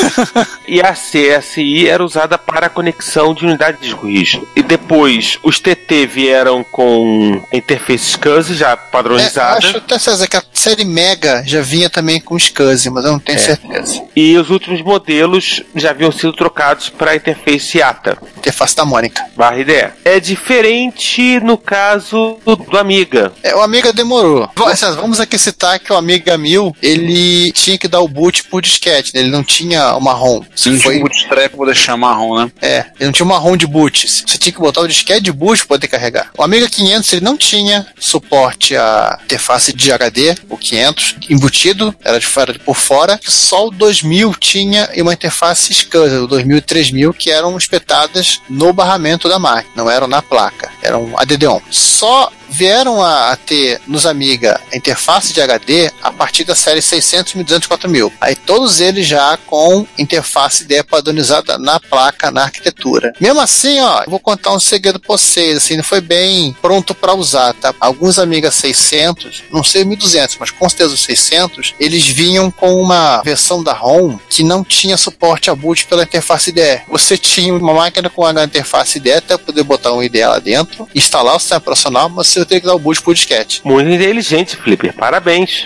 Speaker 6: E a C S I era usada para a conexão de unidade de disco rígido. E depois, os T T vieram com interface SCSI já padronizada.
Speaker 4: É, acho até, César, que a série Mega já vinha também com SCSI, mas eu não tenho é. certeza.
Speaker 6: E os últimos modelos já haviam sido trocados para a interface A T A.
Speaker 4: Interface da Mônica.
Speaker 6: Barra I D E. É diferente no caso do Amiga.
Speaker 4: É, o Amiga demorou. Vamos aqui citar que o Amiga mil, ele tinha que dar o boot por disquete, né? Ele não tinha uma ROM.
Speaker 5: Sim, foi um bootstrap para poder chamar ROM, né?
Speaker 4: É, ele não tinha uma ROM de boot. Você tinha que botar o disquete de boot para poder carregar. O Amiga quinhentos, ele não tinha suporte à interface de H D, o quinhentos, embutido, era de fora, por fora. Só o dois mil tinha uma interface SCSI, o dois mil e três mil, que eram espetadas no barramento da máquina, não eram na placa, eram A D D on. Só vieram a, a ter nos Amiga a interface de H D a partir da série seiscentos, mil e duzentos, quatro mil. Aí todos eles já com interface I D E padronizada na placa, na arquitetura. Mesmo assim, ó, eu vou contar um segredo pra vocês, assim, não foi bem pronto para usar, tá? Alguns Amiga seiscentos, não sei mil e duzentos, mas com certeza os seiscentos, eles vinham com uma versão da ROM que não tinha suporte a boot pela interface I D E. Você tinha uma máquina com a interface I D E até poder botar um I D E lá dentro, instalar o sistema operacional, mas você teria que dar o boot por disquete.
Speaker 6: Muito inteligente, Flipper. Parabéns.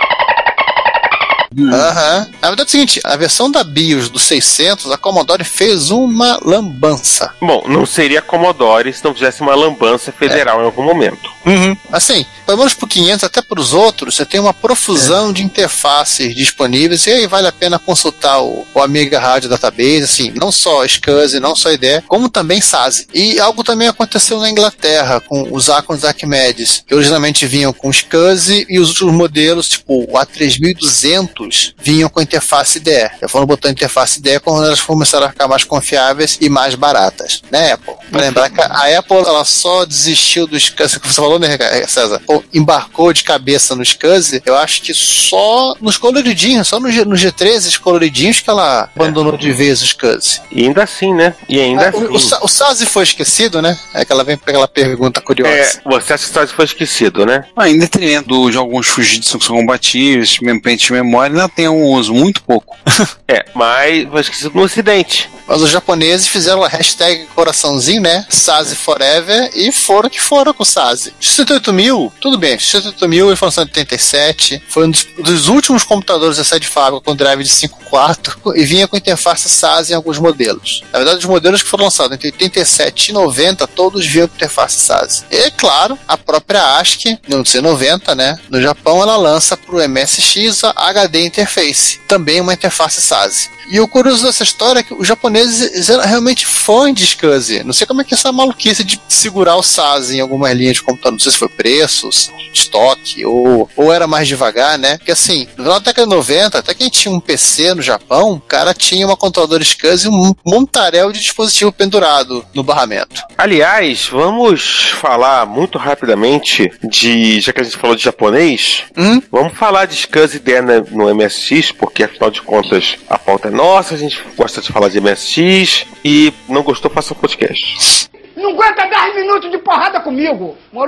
Speaker 4: Aham. Uhum. Na verdade é o seguinte, a versão da BIOS do seiscentos, a Commodore fez uma lambança.
Speaker 6: Bom, não seria Commodore se não fizesse uma lambança federal é. em algum momento.
Speaker 4: Uhum. Assim, pelo menos pro quinhentos, até pros outros, você tem uma profusão é. de interfaces disponíveis, e aí vale a pena consultar o, o Amiga Radio Database, assim, não só SCSI, não só I D E, como também S A S I. E algo também aconteceu na Inglaterra, com os Acons Archimedes, que originalmente vinham com SCSI, e os últimos modelos, tipo o A três mil e duzentos, vinham com interface I D E. Já foram botando interface I D E quando elas começaram a ficar mais confiáveis e mais baratas, né, Apple? Pra lembrar que a Apple, ela só desistiu do SCSI, que você falou, né, César? Ou embarcou de cabeça no SCSI, eu acho que só nos coloridinhos, só no, G, no G treze coloridinhos que ela abandonou é. de vez o SCSI.
Speaker 6: E ainda assim, né? E ainda
Speaker 4: ah,
Speaker 6: assim.
Speaker 4: O, o, o S A S I foi esquecido, né? É que ela vem para aquela pergunta curiosa.
Speaker 6: É, você acha que o S A S I foi esquecido, né?
Speaker 5: Ah, em detrimento de alguns fugidos que são compatíveis, pente de memória, ainda tem um uso, muito pouco.
Speaker 6: É, mas foi esquecido no Ocidente.
Speaker 4: Mas os japoneses fizeram a hashtag coraçãozinho, né? S A S I Forever, e foram que foram com o S A S I. sessenta e oito mil, tudo bem, sessenta e oito mil ele foi lançado em oitenta e sete, foi um dos, dos últimos computadores a sair de fábrica com drive de cinco quatro e vinha com interface S A S I em alguns modelos. Na verdade, os modelos que foram lançados entre oitenta e sete e noventa, todos vinham com interface S A S I. E, claro, a própria ASCII, no C noventa, né? No Japão, ela lança para o M S X a H D Interface, também uma interface S A S I. E o curioso dessa história é que os japoneses eram realmente fãs de SCSI. Não sei como é que é essa maluquice de segurar o S A S I em algumas linhas de computador. Não sei se foi preço, estoque, ou, ou era mais devagar, né? Porque assim, no final da década de noventa, até quem tinha um P C no Japão, o cara tinha uma controladora SCSI e um montaréu de dispositivo pendurado no barramento.
Speaker 6: Aliás, vamos falar muito rapidamente de, já que a gente falou de japonês, hum? vamos falar de SCSI I D E no M S X, porque afinal de contas a pauta é nossa, a gente gosta de falar de M S X e não gostou, faça um podcast.
Speaker 7: Não aguenta dez minutos de porrada comigo, moro?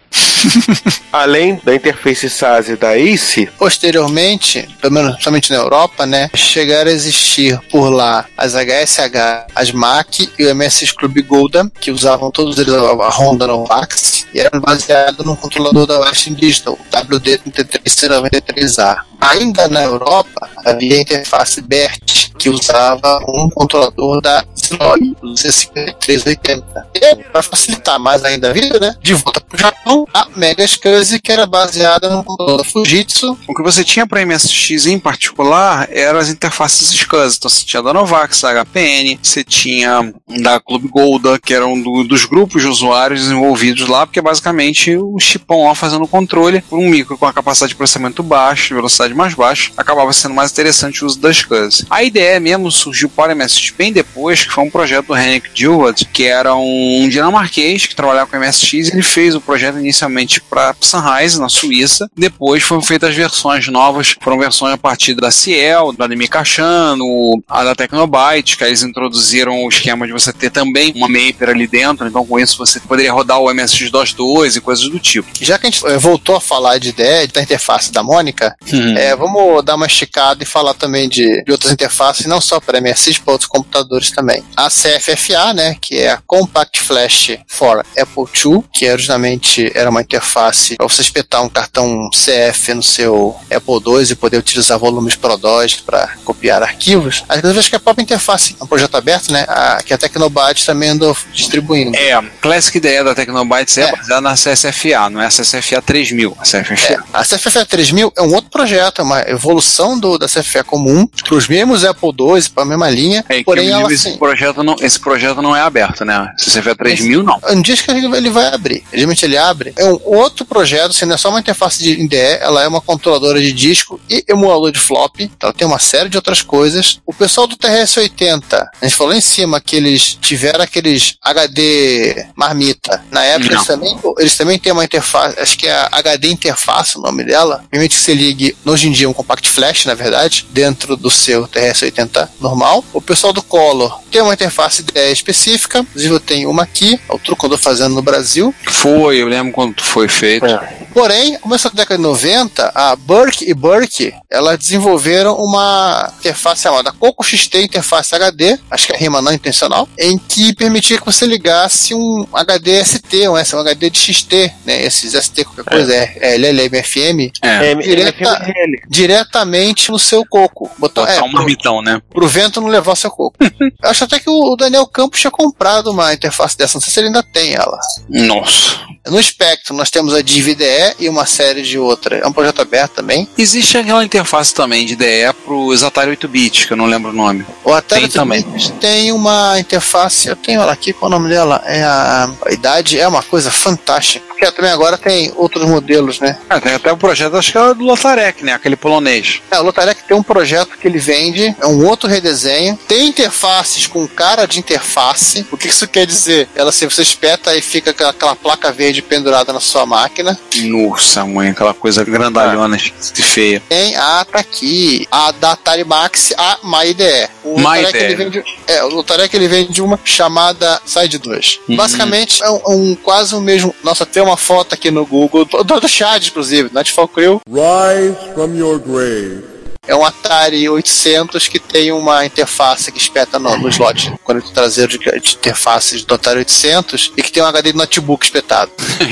Speaker 6: Além da interface S A S e da ACE,
Speaker 4: posteriormente, pelo menos somente na Europa, né, chegaram a existir por lá as H S H, as M A C e o M S X Club Golda, que usavam todos eles a Honda Novax e eram baseados no controlador da Western Digital, W D trinta e três C noventa e três A. Ainda na Europa, havia a interface B E R T, que usava um controlador da Zilog, o C cinquenta e três oitenta. E, para facilitar mais ainda a vida, né, de volta para o Japão, a Mega SCSI, que era baseada no controlador Fujitsu.
Speaker 5: O que você tinha para M S X em particular eram as interfaces SCSI. Então você tinha da Novax, da H P N, você tinha da Club Golda, que eram do, dos grupos de usuários desenvolvidos lá, porque é basicamente o chipão lá fazendo o controle por um micro com a capacidade de processamento baixa, velocidade mais baixa, acabava sendo mais interessante o uso da SCSI. A I D E mesmo surgiu para M S X bem depois, que foi um projeto do Henrik Djurwald, que era um dinamarquês que trabalhava com M S X, e ele fez o projeto inicialmente para Sennheiser, na Suíça. Depois foram feitas versões novas, foram versões a partir da Ciel, da Ademir Cachano, a da Tecnobyte, que eles introduziram o esquema de você ter também uma Maper ali dentro, então com isso você poderia rodar o M S X DOS dois e coisas do tipo.
Speaker 4: Já que a gente voltou a falar de I D E, da interface da Mônica,
Speaker 5: Uhum.
Speaker 4: é, vamos dar uma esticada e falar também de, de outras interfaces, não só para M S X, para outros computadores também. A C F F A, né, que é a Compact Flash for Apple dois, que originalmente era uma interface para você espetar um cartão C F no seu Apple dois e poder utilizar volumes ProDOS para copiar arquivos. Às vezes que a própria interface é um projeto aberto, né, a, que a Tecnobyte também andou distribuindo.
Speaker 5: É, a Classic I D E da Tecnobytes é, é baseada na C S F A, não é a C S F A três mil, a C F F A.
Speaker 4: É, a C F F A três mil é um outro projeto, é uma evolução do, da C F F A comum, para os mesmos Apple dois, para a mesma linha,
Speaker 5: É,
Speaker 4: porém ela
Speaker 5: esse,
Speaker 4: assim,
Speaker 5: projeto não, esse projeto não é aberto, né? C S F A três mil não.
Speaker 4: um dia que ele vai abrir. Geralmente ele abre. É um outro projeto, assim, não é só uma interface de I D E, ela é uma controladora de disco e emulador de flop. Então tem uma série de outras coisas. O pessoal do T R S oitenta, a gente falou em cima que eles tiveram aqueles H D marmita. Na época eles também, eles também têm uma interface, acho que é a H D interface o nome dela. Permite que você ligue, hoje em dia, um compact flash, na verdade, dentro do seu T R S oitenta normal. O pessoal do Color tem uma interface I D E específica. Inclusive eu tenho uma aqui, é o truque que eu estou fazendo no Brasil.
Speaker 5: Foi, eu lembro quando foi feito.
Speaker 6: É.
Speaker 4: Porém, começo da década de noventa, a Burke e Burke, elas desenvolveram uma interface chamada Coco X T Interface H D, acho que é rima não intencional, em que permitia que você ligasse um H D S T, um, um H D de X T, né, esses S T qualquer coisa, é, é L L M F M,
Speaker 5: É.
Speaker 6: É,
Speaker 4: direta-
Speaker 6: é, é,
Speaker 4: diretamente no seu coco. Botar,
Speaker 5: Botar
Speaker 4: é,
Speaker 5: um marmitão, né?
Speaker 4: pro vento não levar o seu coco. Eu acho até que o Daniel Campos tinha comprado uma interface dessa, não sei se ele ainda tem ela.
Speaker 5: Nossa.
Speaker 4: No Spectrum nós temos a Div I D E e uma série de outras. É um projeto aberto também.
Speaker 5: Existe aquela interface também de I D E pros Atari oito bits, que eu não lembro o nome.
Speaker 4: O Atari
Speaker 5: Tem também.
Speaker 4: tem uma interface, eu tenho ela aqui, qual é o nome dela? É a, a idade, é uma coisa fantástica. Porque também agora tem outros modelos, né?
Speaker 5: Ah, tem até o projeto, acho que é do Lotarek, né? Aquele polonês.
Speaker 4: É, o Lotarek tem um projeto que ele vende, é um outro redesenho. Tem interfaces com cara de interface. O que isso quer dizer? Ela, assim, você espeta e fica aquela, aquela placa verde pendurada na sua máquina.
Speaker 5: Nossa, mãe, aquela coisa grandalhona e feia.
Speaker 4: Tem, ah, tá aqui, a da Atari Max, a MyIDE. O
Speaker 5: My
Speaker 4: Lotarek,
Speaker 5: I D E.
Speaker 4: ele vende, é, o Lotarek ele vende uma chamada Side dois.
Speaker 5: Uhum.
Speaker 4: Basicamente é um, um- quase o mesmo. Nossa, tem uma foto aqui no Google, do, do Chad, inclusive, Nightfall Crew.
Speaker 7: Rise from your grave.
Speaker 4: É um Atari oitocentos que tem uma interface que espeta no, no slot, quando traseiro de, de interfaces do Atari oitocentos, e que tem um H D de notebook espetado.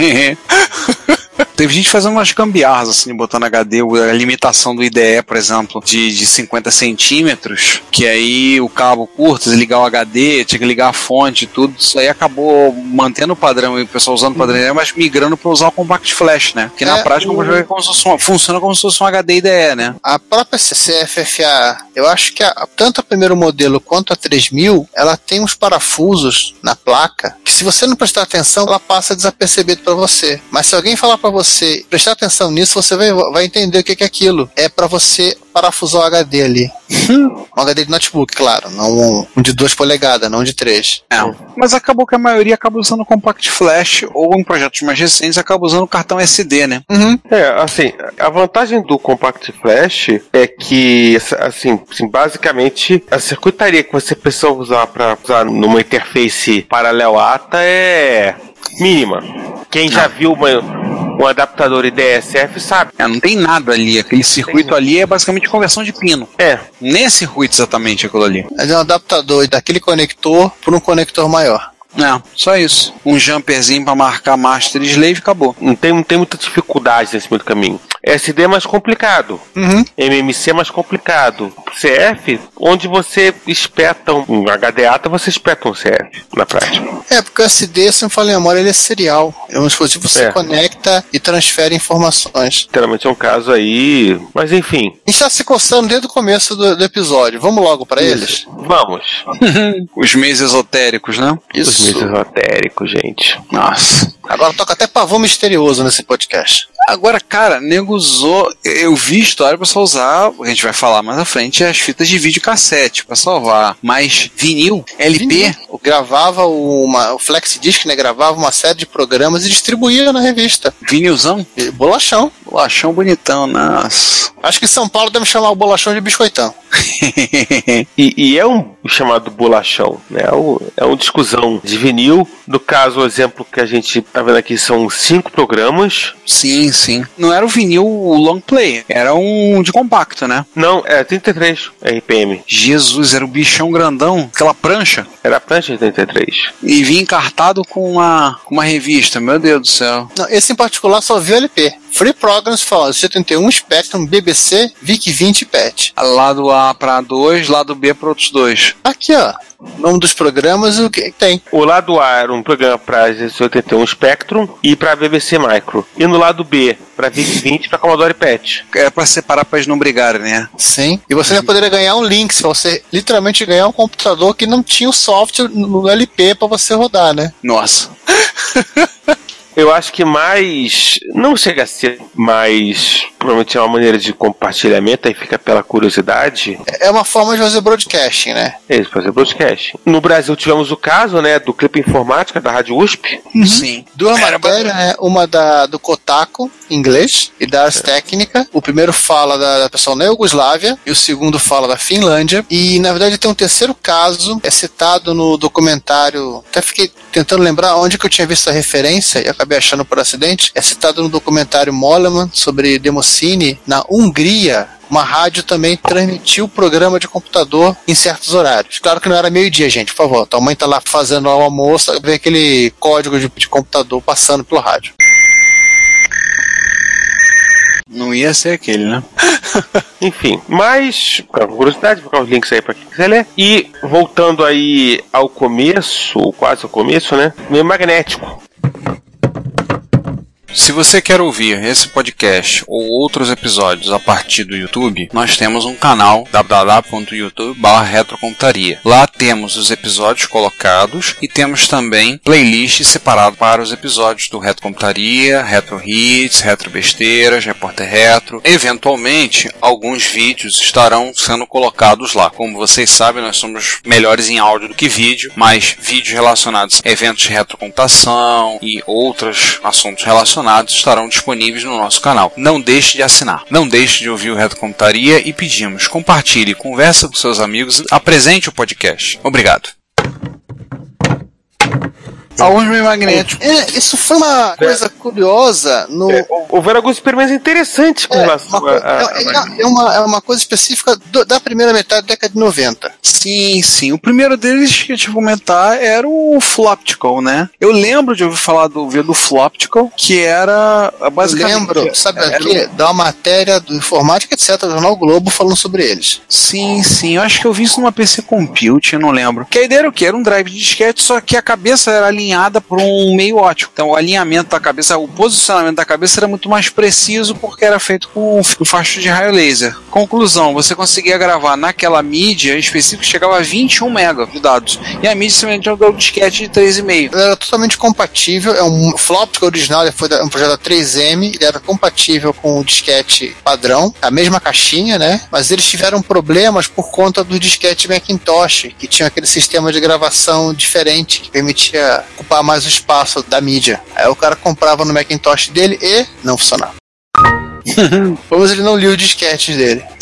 Speaker 5: Teve gente fazendo umas gambiarras, assim, botando H D, a limitação do I D E, por exemplo, de, de cinquenta centímetros, que aí o cabo curto, ligar o H D, tinha que ligar a fonte e tudo, isso aí acabou mantendo o padrão, e o pessoal usando o padrão I D E, mas migrando para usar o Compact Flash, né? Porque na
Speaker 4: É,
Speaker 5: prática
Speaker 4: o-
Speaker 5: é como se fosse um- funciona como se fosse um H D I D E, né?
Speaker 4: A própria C F F A, eu acho que a, tanto a primeiro modelo quanto a três mil, ela tem uns parafusos na placa que, se você não prestar atenção, ela passa desapercebido para você. Mas se alguém falar para você prestar atenção nisso, você vai, vai entender o que que é aquilo. É para você parafusar o H D ali. Um H D de notebook, claro, não um, um de duas polegadas, não um de três.
Speaker 5: É. Mas acabou que a maioria acaba usando o Compact Flash, ou em projetos mais recentes acaba usando o cartão S D, né?
Speaker 4: Uhum.
Speaker 6: É, assim, a vantagem do Compact Flash é que, assim, assim, basicamente, a circuitaria que você precisa usar para usar numa interface paralela A T A é Mínima. Quem já viu uma, um adaptador I D S F sabe.
Speaker 5: É, não tem nada ali. Aquele circuito tem. ali é basicamente conversão de pino.
Speaker 6: É.
Speaker 5: Nesse circuito exatamente aquilo ali.
Speaker 4: Mas é um adaptador daquele conector por um conector maior.
Speaker 5: É, só isso. Um jumperzinho pra marcar master e slave e acabou.
Speaker 6: Não tem, não tem muita dificuldade nesse meio do caminho. S D é mais complicado.
Speaker 4: Uhum.
Speaker 6: M M C é mais complicado. C F, onde você espeta um H D A T A, você espeta um C F na prática.
Speaker 4: É, porque o S D, se não falo em memória, ele é serial. É um dispositivo que você
Speaker 6: É.
Speaker 4: conecta e transfere informações.
Speaker 6: Literalmente é um caso aí. Mas enfim.
Speaker 4: A gente tá se coçando desde o começo do, do episódio. Vamos logo pra eles?
Speaker 6: Vamos.
Speaker 5: Os meios esotéricos, né?
Speaker 6: Os meios esotéricos, gente.
Speaker 5: Nossa.
Speaker 4: Agora toca até pavão misterioso nesse podcast.
Speaker 5: Agora, cara, nego usou. Eu vi história pra só usar, a gente vai falar mais à frente, as fitas de vídeo cassete pra salvar. Mas vinil, L P.
Speaker 4: Vinil. Gravava uma, o FlexiDisc, né? Gravava uma série de programas e distribuía na revista.
Speaker 5: Vinilzão?
Speaker 4: E bolachão.
Speaker 5: Bolachão bonitão, nossa.
Speaker 4: Acho que São Paulo deve chamar o bolachão de biscoitão.
Speaker 6: e, e é um chamado bolachão, né? É um, é um discusão de vinil. No caso, o exemplo que a gente tá vendo aqui são cinco programas.
Speaker 5: Sim, sim. Não era o vinil long play, era um de compacto, né?
Speaker 6: Não, é trinta e três R P M.
Speaker 5: Jesus, era o bichão grandão, aquela prancha.
Speaker 6: Era a prancha de trinta e três.
Speaker 5: E vinha encartado com uma, com uma revista, meu Deus do céu.
Speaker 4: Não, esse em particular só viu L P. Free Programs fala setenta e um, Spectrum, B B C, V I C vinte e P E T.
Speaker 5: Lado A para dois, lado B para outros dois.
Speaker 4: Aqui, ó. O nome dos programas e o que tem.
Speaker 6: O lado A era um programa para oitenta e um Spectrum e para B B C Micro. E no lado B, para V I C vinte para Commodore P E T.
Speaker 5: É para separar para eles não brigarem, né?
Speaker 4: Sim. E você ainda poderia ganhar um link, se você literalmente ganhar um computador que não tinha o software no L P para você rodar, né?
Speaker 5: Nossa.
Speaker 6: Eu acho que mais... Não chega a ser mais... Provavelmente é uma maneira de compartilhamento, aí fica pela curiosidade.
Speaker 4: É uma forma de fazer broadcasting, né?
Speaker 6: É isso, fazer broadcasting. No Brasil tivemos o caso, né, do Clipe Informática, da Rádio U S P.
Speaker 4: Uhum.
Speaker 5: Sim.
Speaker 4: Duas matérias, né? Uma da, do Kotaku, inglês, e da Ars Técnica. O primeiro fala da, da pessoa na Iugoslávia, e o segundo fala da Finlândia. E, na verdade, tem um terceiro caso, é citado no documentário... Até fiquei tentando lembrar onde que eu tinha visto a referência, e acabei achando por acidente. É citado no documentário Moleman, sobre Democine, na Hungria. Uma rádio também transmitiu o programa de computador em certos horários. Claro que não era meio-dia, gente, por favor. Tua mãe tá lá fazendo o almoço, vê aquele código de, de computador passando pelo rádio.
Speaker 5: Não ia ser aquele, né?
Speaker 6: Enfim, mas, com curiosidade, vou colocar os links aí pra quem quiser ler. E, voltando aí ao começo, ou quase ao começo, né? Meio magnético.
Speaker 5: Se você quer ouvir esse podcast ou outros episódios a partir do YouTube, nós temos um canal w w w ponto youtube barra retrocomputaria. Lá temos os episódios colocados e temos também playlists separadas para os episódios do Retrocomputaria, Retro Hits, Retro Besteiras, Repórter Retro. Eventualmente, alguns vídeos estarão sendo colocados lá. Como vocês sabem, nós somos melhores em áudio do que vídeo, mas vídeos relacionados a eventos de retrocomputação e outros assuntos relacionados estarão disponíveis no nosso canal. Não deixe de assinar. Não deixe de ouvir o Retrocomputaria e pedimos, compartilhe, conversa com seus amigos, apresente o podcast. Obrigado. Alguns meio magnéticos.
Speaker 4: É, isso foi uma coisa curiosa no...
Speaker 6: É, houveram alguns experimentos interessantes com
Speaker 4: É,
Speaker 6: relação
Speaker 4: uma,
Speaker 6: a, a,
Speaker 4: é, é, é, uma, é uma coisa específica do, da primeira metade da década de noventa.
Speaker 5: Sim, sim. O primeiro deles que eu te comentar era o Floptical, né? Eu lembro de ouvir falar do, do Floptical, que era basicamente...
Speaker 4: Eu lembro, sabe
Speaker 5: era
Speaker 4: aqui,
Speaker 5: um...
Speaker 4: da Matéria do Informática, etcétera, do Jornal Globo, falando sobre eles.
Speaker 5: Sim, sim. Eu acho que eu vi isso numa P C Compute, eu não lembro. Que a ideia era o quê? Era um drive de disquete, só que a cabeça era alinhada por um meio ótico. Então o alinhamento da cabeça, o posicionamento da cabeça era muito mais preciso porque era feito com o facho de raio laser. Conclusão, você conseguia gravar naquela mídia específica que chegava a vinte e um mega de dados. E a mídia simplesmente era um disquete de três vírgula cinco.
Speaker 4: Ele era totalmente compatível, é um Floptical original, ele foi um projeto da três M, ele era compatível com o disquete padrão, a mesma caixinha, né? Mas eles tiveram problemas por conta do disquete Macintosh, que tinha aquele sistema de gravação diferente, que permitia ocupar mais o espaço da mídia. Aí o cara comprava no Macintosh dele e não funcionava. Mas ele não lia os disquetes dele.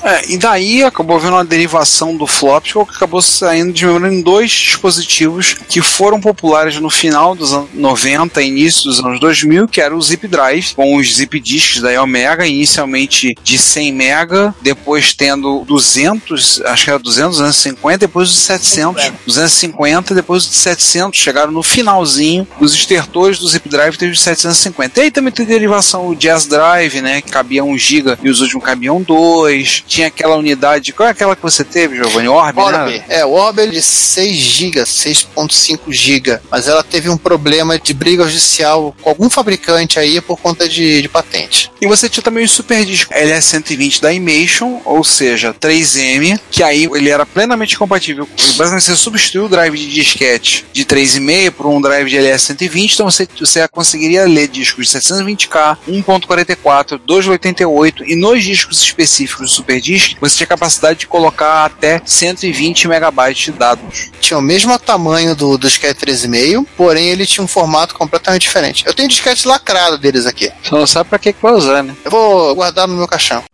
Speaker 5: É, e daí acabou vendo uma derivação do Flopscore que acabou saindo desmembrando em dois dispositivos que foram populares no final dos anos noventa e início dos anos dois mil, que era o Zip Drive, com os Zip Disks da Omega, inicialmente de cem mega, depois tendo duzentos, acho que era duzentos, duzentos e cinquenta, depois os setecentos, duzentos e cinquenta, depois os setecentos, chegaram no finalzinho, os estertores do Zip Drive teve os setecentos e cinquenta. E aí também tem derivação, o Jazz Drive, né, que cabia um giga e os últimos cabiam dois. Tinha aquela unidade, qual é aquela que você teve, Giovanni? Orb,
Speaker 4: Orb,
Speaker 5: né?
Speaker 4: é, o Orb é de seis gigas, seis ponto cinco gigas, mas ela teve um problema de briga judicial com algum fabricante aí por conta de, de patente.
Speaker 5: E você tinha também o Super Disco L S cento e vinte da Imation, ou seja, três M, que aí ele era plenamente compatível. Basicamente você substituiu o drive de disquete de três vírgula cinco por um drive de L S cento e vinte, então você, você conseguiria ler discos de setecentos e vinte K, um ponto quarenta e quatro, dois vírgula oitenta e oito, e nos discos específicos do Super Disc, você tinha capacidade de colocar até cento e vinte megabytes de dados.
Speaker 4: Tinha o mesmo tamanho do, do disquete três vírgula cinco, porém ele tinha um formato completamente diferente. Eu tenho disquete lacrado deles aqui.
Speaker 5: Você não sabe pra que que vai usar, né?
Speaker 4: Eu vou guardar no meu caixão.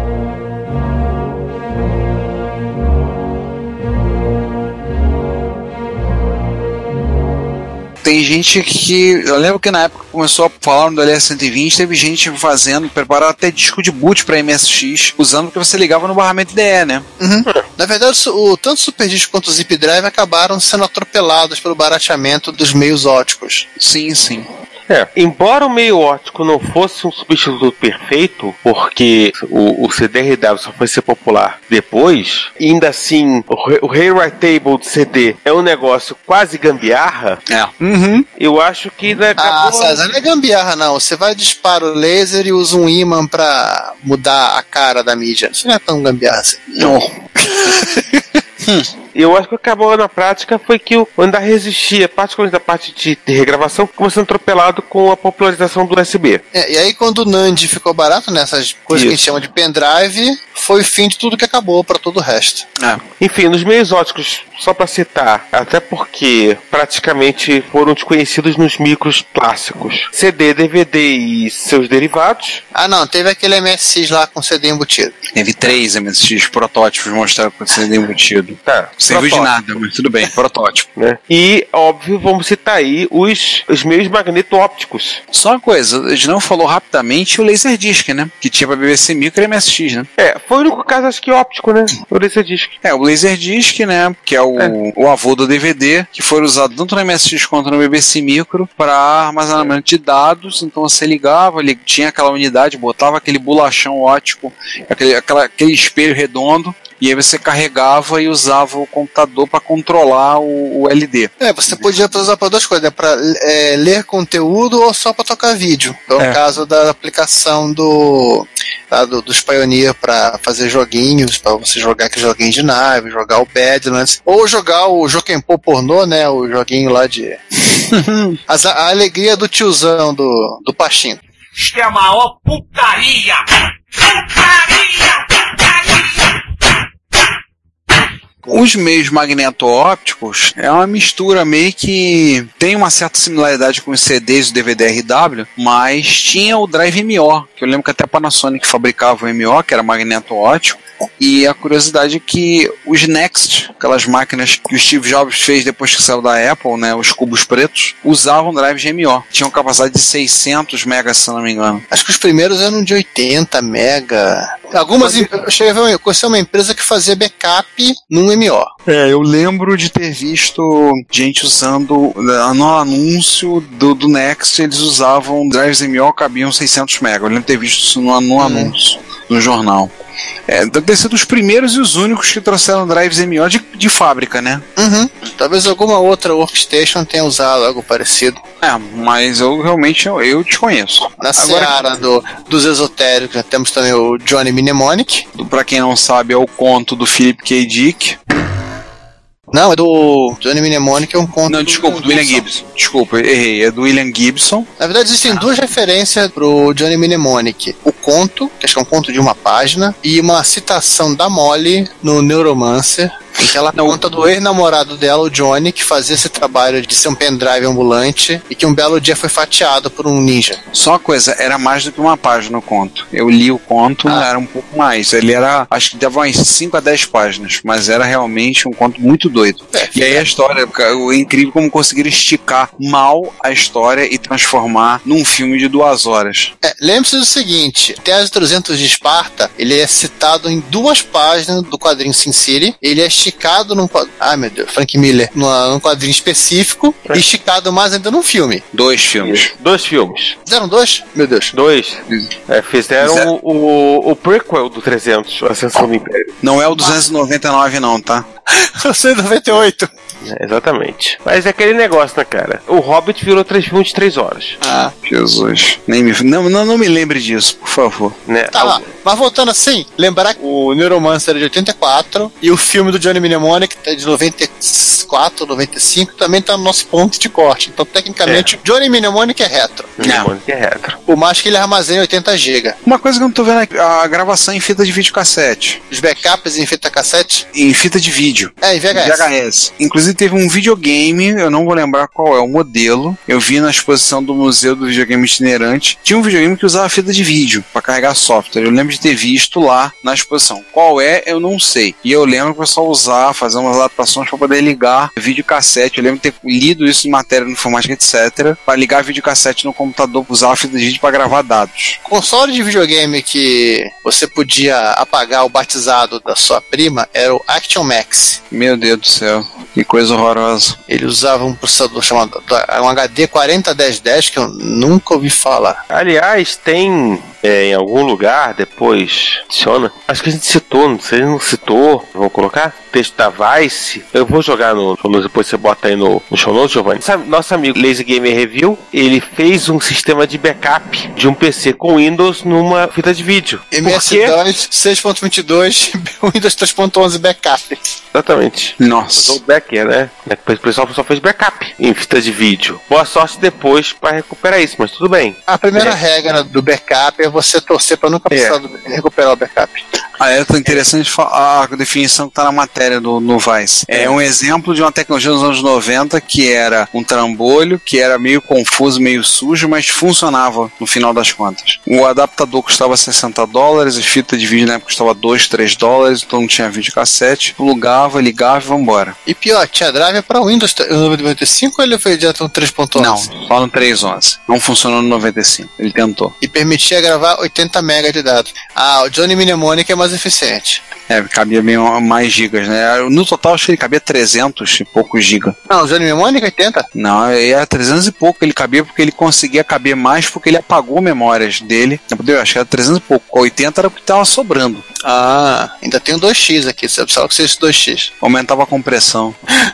Speaker 5: Tem gente que... Eu lembro que na época que começou a falar do L S cento e vinte, teve gente fazendo, preparando até disco de boot para M S X, usando porque você ligava no barramento I D E, né?
Speaker 4: Uhum. Na verdade, o, tanto o Super Disc quanto o Zip Drive acabaram sendo atropelados pelo barateamento dos meios óticos.
Speaker 5: Sim, sim.
Speaker 6: É, embora o meio óptico não fosse um substituto perfeito, porque o, o C D R W só foi ser popular depois, ainda assim, o, o rewrite table de C D é um negócio quase gambiarra.
Speaker 5: É. Uhum.
Speaker 6: Eu acho que... Né,
Speaker 4: ah, César, não é gambiarra não. Você vai, dispara o laser e usa um ímã pra mudar a cara da mídia. Isso não é tão gambiarra assim.
Speaker 5: Não.
Speaker 6: hum. Eu acho que acabou na prática foi que o andar resistia, particularmente da parte de, de regravação, ficou sendo atropelado com a popularização do U S B.
Speaker 4: É, e aí quando o Nand ficou barato, nessas coisas Isso. que a gente chama de pendrive, foi o fim de tudo que acabou para todo o resto.
Speaker 6: É. Enfim, nos meios óticos, só para citar, até porque praticamente foram desconhecidos nos micros clássicos. C D, D V D e seus derivados.
Speaker 4: Ah não, teve aquele M S X lá com C D embutido.
Speaker 5: Teve três M S X protótipos mostrados com C D embutido.
Speaker 6: Tá.
Speaker 5: Serviu de nada, mas tudo bem, protótipo.
Speaker 6: Né? E, óbvio, vamos citar aí os, os meios magneto-ópticos.
Speaker 5: Só uma coisa, a gente não falou rapidamente o Laserdisc, né? Que tinha pra B B C Micro e M S X, né?
Speaker 6: É, foi o único caso, acho que óptico, né? O Laserdisc.
Speaker 5: É, o Laserdisc, né? Que é o, é. o avô do D V D, que foi usado tanto no M S X quanto no B B C Micro para armazenamento de dados. Então você ligava, ele tinha aquela unidade, botava aquele bolachão óptico, aquele, aquela, aquele espelho redondo. E aí você carregava e usava o computador para controlar o, o L D.
Speaker 4: É, você podia usar para duas coisas, né? Para é, ler conteúdo ou só para tocar vídeo. Então, é o caso da aplicação do, tá, do dos Pioneer para fazer joguinhos, para você jogar aquele joguinho de nave, jogar o Badlands, ou jogar o Jokenpô pornô, né? O joguinho lá de... As, a alegria do tiozão do, do Pachinko.
Speaker 2: Isto é a maior putaria! Putaria!
Speaker 5: Os meios magneto-ópticos é uma mistura meio que tem uma certa similaridade com os C Ds do D V D R W, mas tinha o drive M O, que eu lembro que até a Panasonic fabricava o M O, que era magneto-óptico. E a curiosidade é que os Next, aquelas máquinas que o Steve Jobs fez depois que saiu da Apple, né, os cubos pretos, usavam drive de M O. Tinham capacidade de seiscentos megas, se não me engano.
Speaker 4: Acho que os primeiros eram de oitenta mega. Algumas, eu cheguei a ver, eu conheci uma empresa que fazia backup num M O.
Speaker 5: É, eu lembro de ter visto gente usando, no anúncio do, do Next, eles usavam drives M O, cabiam seiscentos megas. Eu lembro de ter visto isso no, no hum. anúncio, no jornal. É, deve ter sido os primeiros e os únicos que trouxeram drives M O de, de fábrica, né?
Speaker 4: Uhum. Talvez alguma outra workstation tenha usado algo parecido.
Speaker 5: É, mas eu realmente eu, eu desconheço.
Speaker 4: Na seara do, dos esotéricos, já temos também o Johnny Mnemonic.
Speaker 5: Pra quem não sabe, é o conto do Philip K. Dick.
Speaker 4: Não, é do Johnny Mnemonic, é um conto.
Speaker 5: Não, desculpa, do, do William Gibson. Desculpa, errei. É do William Gibson.
Speaker 4: Na verdade, existem ah. duas referências pro Johnny Mnemonic: o conto, que acho que é um conto de uma página, e uma citação da Molly no Neuromancer, Em que ela conta do ex-namorado dela, o Johnny, que fazia esse trabalho de ser um pendrive ambulante e que um belo dia foi fatiado por um ninja.
Speaker 5: Só uma coisa, era mais do que uma página o conto. Eu li o conto, ah. era um pouco mais. Ele era, acho que dava umas cinco a dez páginas, mas era realmente um conto muito doido. É, e aí é. a história, é incrível como conseguiram esticar mal a história e transformar num filme de duas horas.
Speaker 4: É, lembre-se do seguinte, Tese trezentos de Esparta, ele é citado em duas páginas do quadrinho Sin City, ele é esticado num quadrinho, ah meu Deus, Frank Miller, num, num quadrinho específico, é. e esticado mais ainda num filme.
Speaker 5: Dois filmes.
Speaker 6: Dois filmes.
Speaker 4: Fizeram dois? Meu Deus.
Speaker 6: Dois. É, fizeram Fizer... o, o prequel do trezentos, a Ascensão do Império.
Speaker 5: Não é o duzentos e noventa e nove não, tá?
Speaker 4: duzentos e noventa e oito.
Speaker 6: É, exatamente. Mas é aquele negócio, né, cara? O Hobbit virou três filmes de três horas.
Speaker 5: Ah, Jesus. Nem me, não, não, não me lembre disso, por favor.
Speaker 6: Né?
Speaker 4: Tá lá. Mas voltando assim, lembrar que o Neuromancer é de oitenta e quatro e o filme do Johnny Mnemonic, que é de noventa e quatro, noventa e cinco, também tá no nosso ponto de corte. Então, tecnicamente, é. o Johnny Mnemonic é retro.
Speaker 6: Mnemonic é retro.
Speaker 4: Por mais que ele armazene oitenta gigas.
Speaker 5: Uma coisa que eu não tô vendo é a gravação em fita de videocassete.
Speaker 4: Os backups em fita cassete?
Speaker 5: Em fita de vídeo.
Speaker 4: É, em V H S.
Speaker 5: V H S. Inclusive teve um videogame, eu não vou lembrar qual é o modelo. Eu vi na exposição do Museu do Videogame Itinerante. Tinha um videogame que usava fita de vídeo para carregar software. Eu lembro de ter visto lá na exposição. Qual é, eu não sei. E eu lembro que o pessoal usava, fazer umas adaptações para poder ligar videocassete. Eu lembro de ter lido isso em matéria de informática, etcétera. Para ligar videocassete no computador, usar a fita de vídeo para gravar dados.
Speaker 4: Console de videogame que você podia apagar o batizado da sua prima era o Action Max.
Speaker 5: Meu Deus do céu, que coisa horrorosa.
Speaker 4: Ele usava um processador chamado um H D quarenta dez dez que eu nunca ouvi falar.
Speaker 6: Aliás, tem é, em algum lugar depois, adiciona, acho que a gente citou, não sei se não citou, vou colocar texto da Vice, eu vou jogar no show notes, depois você bota aí no, no show notes, Giovanni. Sabe, nosso amigo Lazy Gamer Review, ele fez um sistema de backup de um P C com Windows numa fita de vídeo.
Speaker 4: M S dois, seis ponto vinte e dois, Windows três ponto onze backup.
Speaker 6: Exatamente.
Speaker 5: Nossa.
Speaker 6: Usou o backer, né? O pessoal só fez backup em fita de vídeo. Boa sorte depois para recuperar isso, mas tudo bem.
Speaker 4: A primeira
Speaker 6: é.
Speaker 4: regra do backup é você torcer para nunca precisar é. recuperar o backup.
Speaker 5: Ah, é interessante a definição que está na matéria do, no Vice. É um exemplo de uma tecnologia dos anos noventa que era um trambolho, que era meio confuso, meio sujo, mas funcionava no final das contas. O adaptador custava sessenta dólares, a fita de vídeo na época custava dois, três dólares, então não tinha videocassete, plugava, ligava e vambora.
Speaker 4: E pior, tinha drive para o Windows noventa e cinco ou ele foi direto no três ponto onze?
Speaker 5: Não, só no três ponto onze. Não funcionou no noventa e cinco, ele tentou.
Speaker 4: E permitia gravar oitenta megas de dados. Ah, o Johnny Mnemonic é mais eficiente.
Speaker 5: É, cabia bem mais gigas, né? No total acho que ele cabia trezentos e poucos gigas.
Speaker 4: Não, o Johnny Mnemonic oitenta?
Speaker 5: Não, era trezentos e pouco ele cabia porque ele conseguia caber mais porque ele apagou memórias dele. Eu acho que era trezentos e pouco. Com oitenta era o que estava sobrando.
Speaker 4: Ah, ainda tem o dois x aqui, você sabe que seja esse dois x.
Speaker 5: Aumentava a compressão.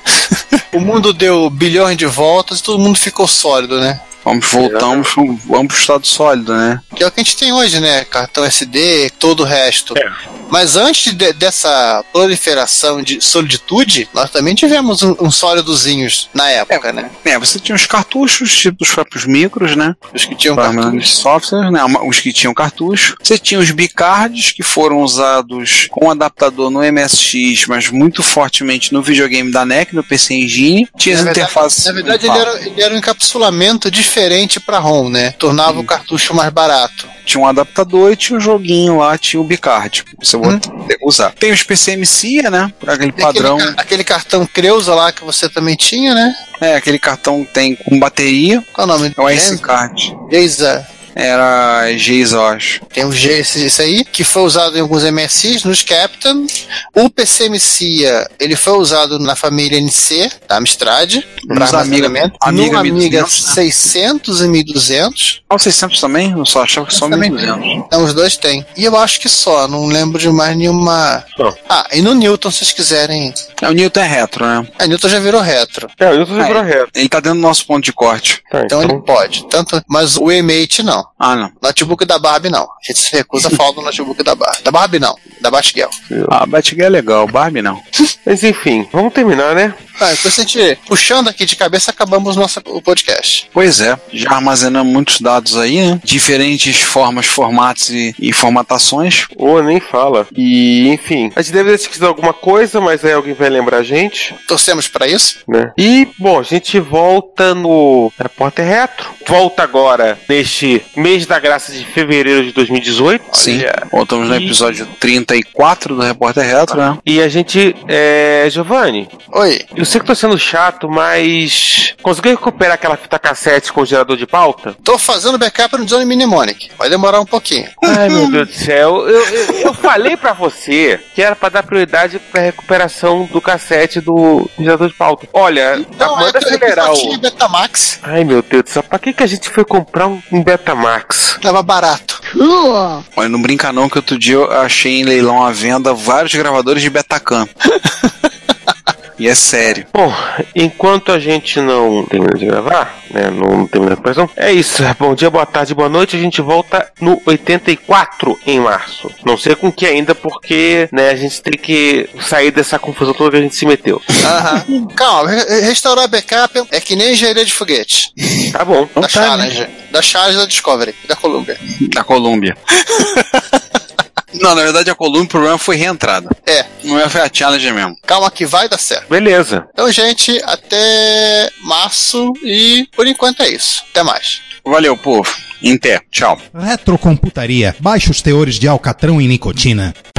Speaker 4: O mundo deu bilhões de voltas e todo mundo ficou sólido, né?
Speaker 5: Vamos, voltamos, vamos pro estado sólido, né?
Speaker 4: Que é o que a gente tem hoje, né? Cartão S D, todo o resto. É. Mas antes de, dessa proliferação de solitude, nós também tivemos um, um sólidozinhos na época,
Speaker 5: é,
Speaker 4: né?
Speaker 5: É, você tinha os cartuchos, tipo os próprios micros, né?
Speaker 4: Os que tinham cartuchos.
Speaker 5: Software, né? Os que tinham cartucho. Você tinha os bicards, que foram usados com adaptador no M S X, mas muito fortemente no videogame da N E C, no P C Engine. Tinha as interfaces.
Speaker 4: Na verdade, ele era, ele era um encapsulamento diferente para ROM, né? Tornava Sim. o cartucho mais barato.
Speaker 5: Tinha um adaptador e tinha um joguinho lá, tinha o bicard. Você hum. pode usar. Tem os P C M C, né? Aquele Tem padrão.
Speaker 4: Aquele, aquele cartão Creuza lá que você também tinha, né?
Speaker 5: É, aquele cartão tem com bateria.
Speaker 4: Qual o nome?
Speaker 5: É o S Card.
Speaker 4: Geisa.
Speaker 5: Era Geisa, eu acho.
Speaker 4: Tem o G, esse aí, que foi usado em alguns M S Is, nos Captain. O P C M C A, ele foi usado na família N C, da Amstrad, para armazenamento.
Speaker 5: Amiga,
Speaker 4: no
Speaker 5: Amiga
Speaker 4: Amiga seiscentos e mil e duzentos.
Speaker 5: Ah, o seiscentos também? Eu só achava que só mil e duzentos.
Speaker 4: Então, os dois tem. E eu acho que só, não lembro de mais nenhuma... Oh. Ah, e no Newton, se vocês quiserem...
Speaker 5: É, o Newton é retro, né?
Speaker 4: É, o Newton já virou retro.
Speaker 6: É, o Newton já virou retro.
Speaker 5: Ele tá dentro do nosso ponto de corte.
Speaker 4: Tá, então, então ele pode. Tanto, mas o M oito não.
Speaker 5: Ah, não.
Speaker 4: Notebook da Barbie não. A gente se recusa a falar do notebook da Barbie. Da Barbie não, da Batgirl.
Speaker 5: Ah, a Batgirl é legal, Barbie não.
Speaker 6: Mas enfim, vamos terminar, né?
Speaker 4: Ah, então, se a gente, puxando aqui de cabeça, acabamos nosso, o podcast.
Speaker 5: Pois é, já armazenamos muitos dados aí, né? Diferentes formas, formatos e, e formatações.
Speaker 6: Ou nem fala. E, enfim, a gente deve ter esquecido alguma coisa, mas aí alguém vai lembrar a gente.
Speaker 4: Torcemos pra isso.
Speaker 6: Né? E, bom, a gente volta no Repórter Retro. Volta agora neste mês da graça de fevereiro de dois mil e dezoito.
Speaker 5: Sim,
Speaker 6: Olha.
Speaker 5: voltamos no
Speaker 6: E...
Speaker 5: episódio trinta e quatro do Repórter Retro, né?
Speaker 6: E a gente, é... Giovanni,
Speaker 4: Oi.
Speaker 6: eu sei que tô sendo chato, mas conseguiu recuperar aquela fita cassete com o gerador de pauta?
Speaker 4: Tô fazendo backup no Johnny Mnemonic. Vai demorar um pouquinho.
Speaker 6: Ai, meu Deus do céu. Eu, eu, eu falei pra você que era pra dar prioridade pra recuperação do cassete do gerador de pauta. Olha,
Speaker 4: Então,
Speaker 6: manda
Speaker 4: é que
Speaker 6: acelerar
Speaker 4: eu
Speaker 6: o...
Speaker 4: tinha Betamax.
Speaker 6: Ai, meu Deus do céu. Pra que, que a gente foi comprar um, um Betamax?
Speaker 4: Tava barato.
Speaker 5: Olha, não brinca não que outro dia eu achei em leilão à venda vários gravadores de Betacam. E é sério.
Speaker 6: Bom, enquanto a gente não termina de gravar, né, não termina a recuperação, é isso. Bom dia, boa tarde, boa noite. A gente volta no oitenta e quatro em março. Não sei com que ainda, porque, né, a gente tem que sair dessa confusão toda que a gente se meteu.
Speaker 4: Aham. Calma, re- restaurar backup é que nem engenharia de foguete.
Speaker 6: Tá bom.
Speaker 4: Da
Speaker 5: tá,
Speaker 4: Challenge. Da Challenge da Discovery. Da Columbia.
Speaker 5: Da Colômbia. Não, na verdade a Colômbia, o problema foi reentrada.
Speaker 4: É.
Speaker 5: Não é, foi a Challenge mesmo.
Speaker 4: Calma que vai dar certo.
Speaker 6: Beleza.
Speaker 4: Então, gente, até março e por enquanto é isso. Até mais.
Speaker 5: Valeu, povo. Em pé. Tchau.
Speaker 8: Retrocomputaria. Baixos teores de alcatrão e nicotina.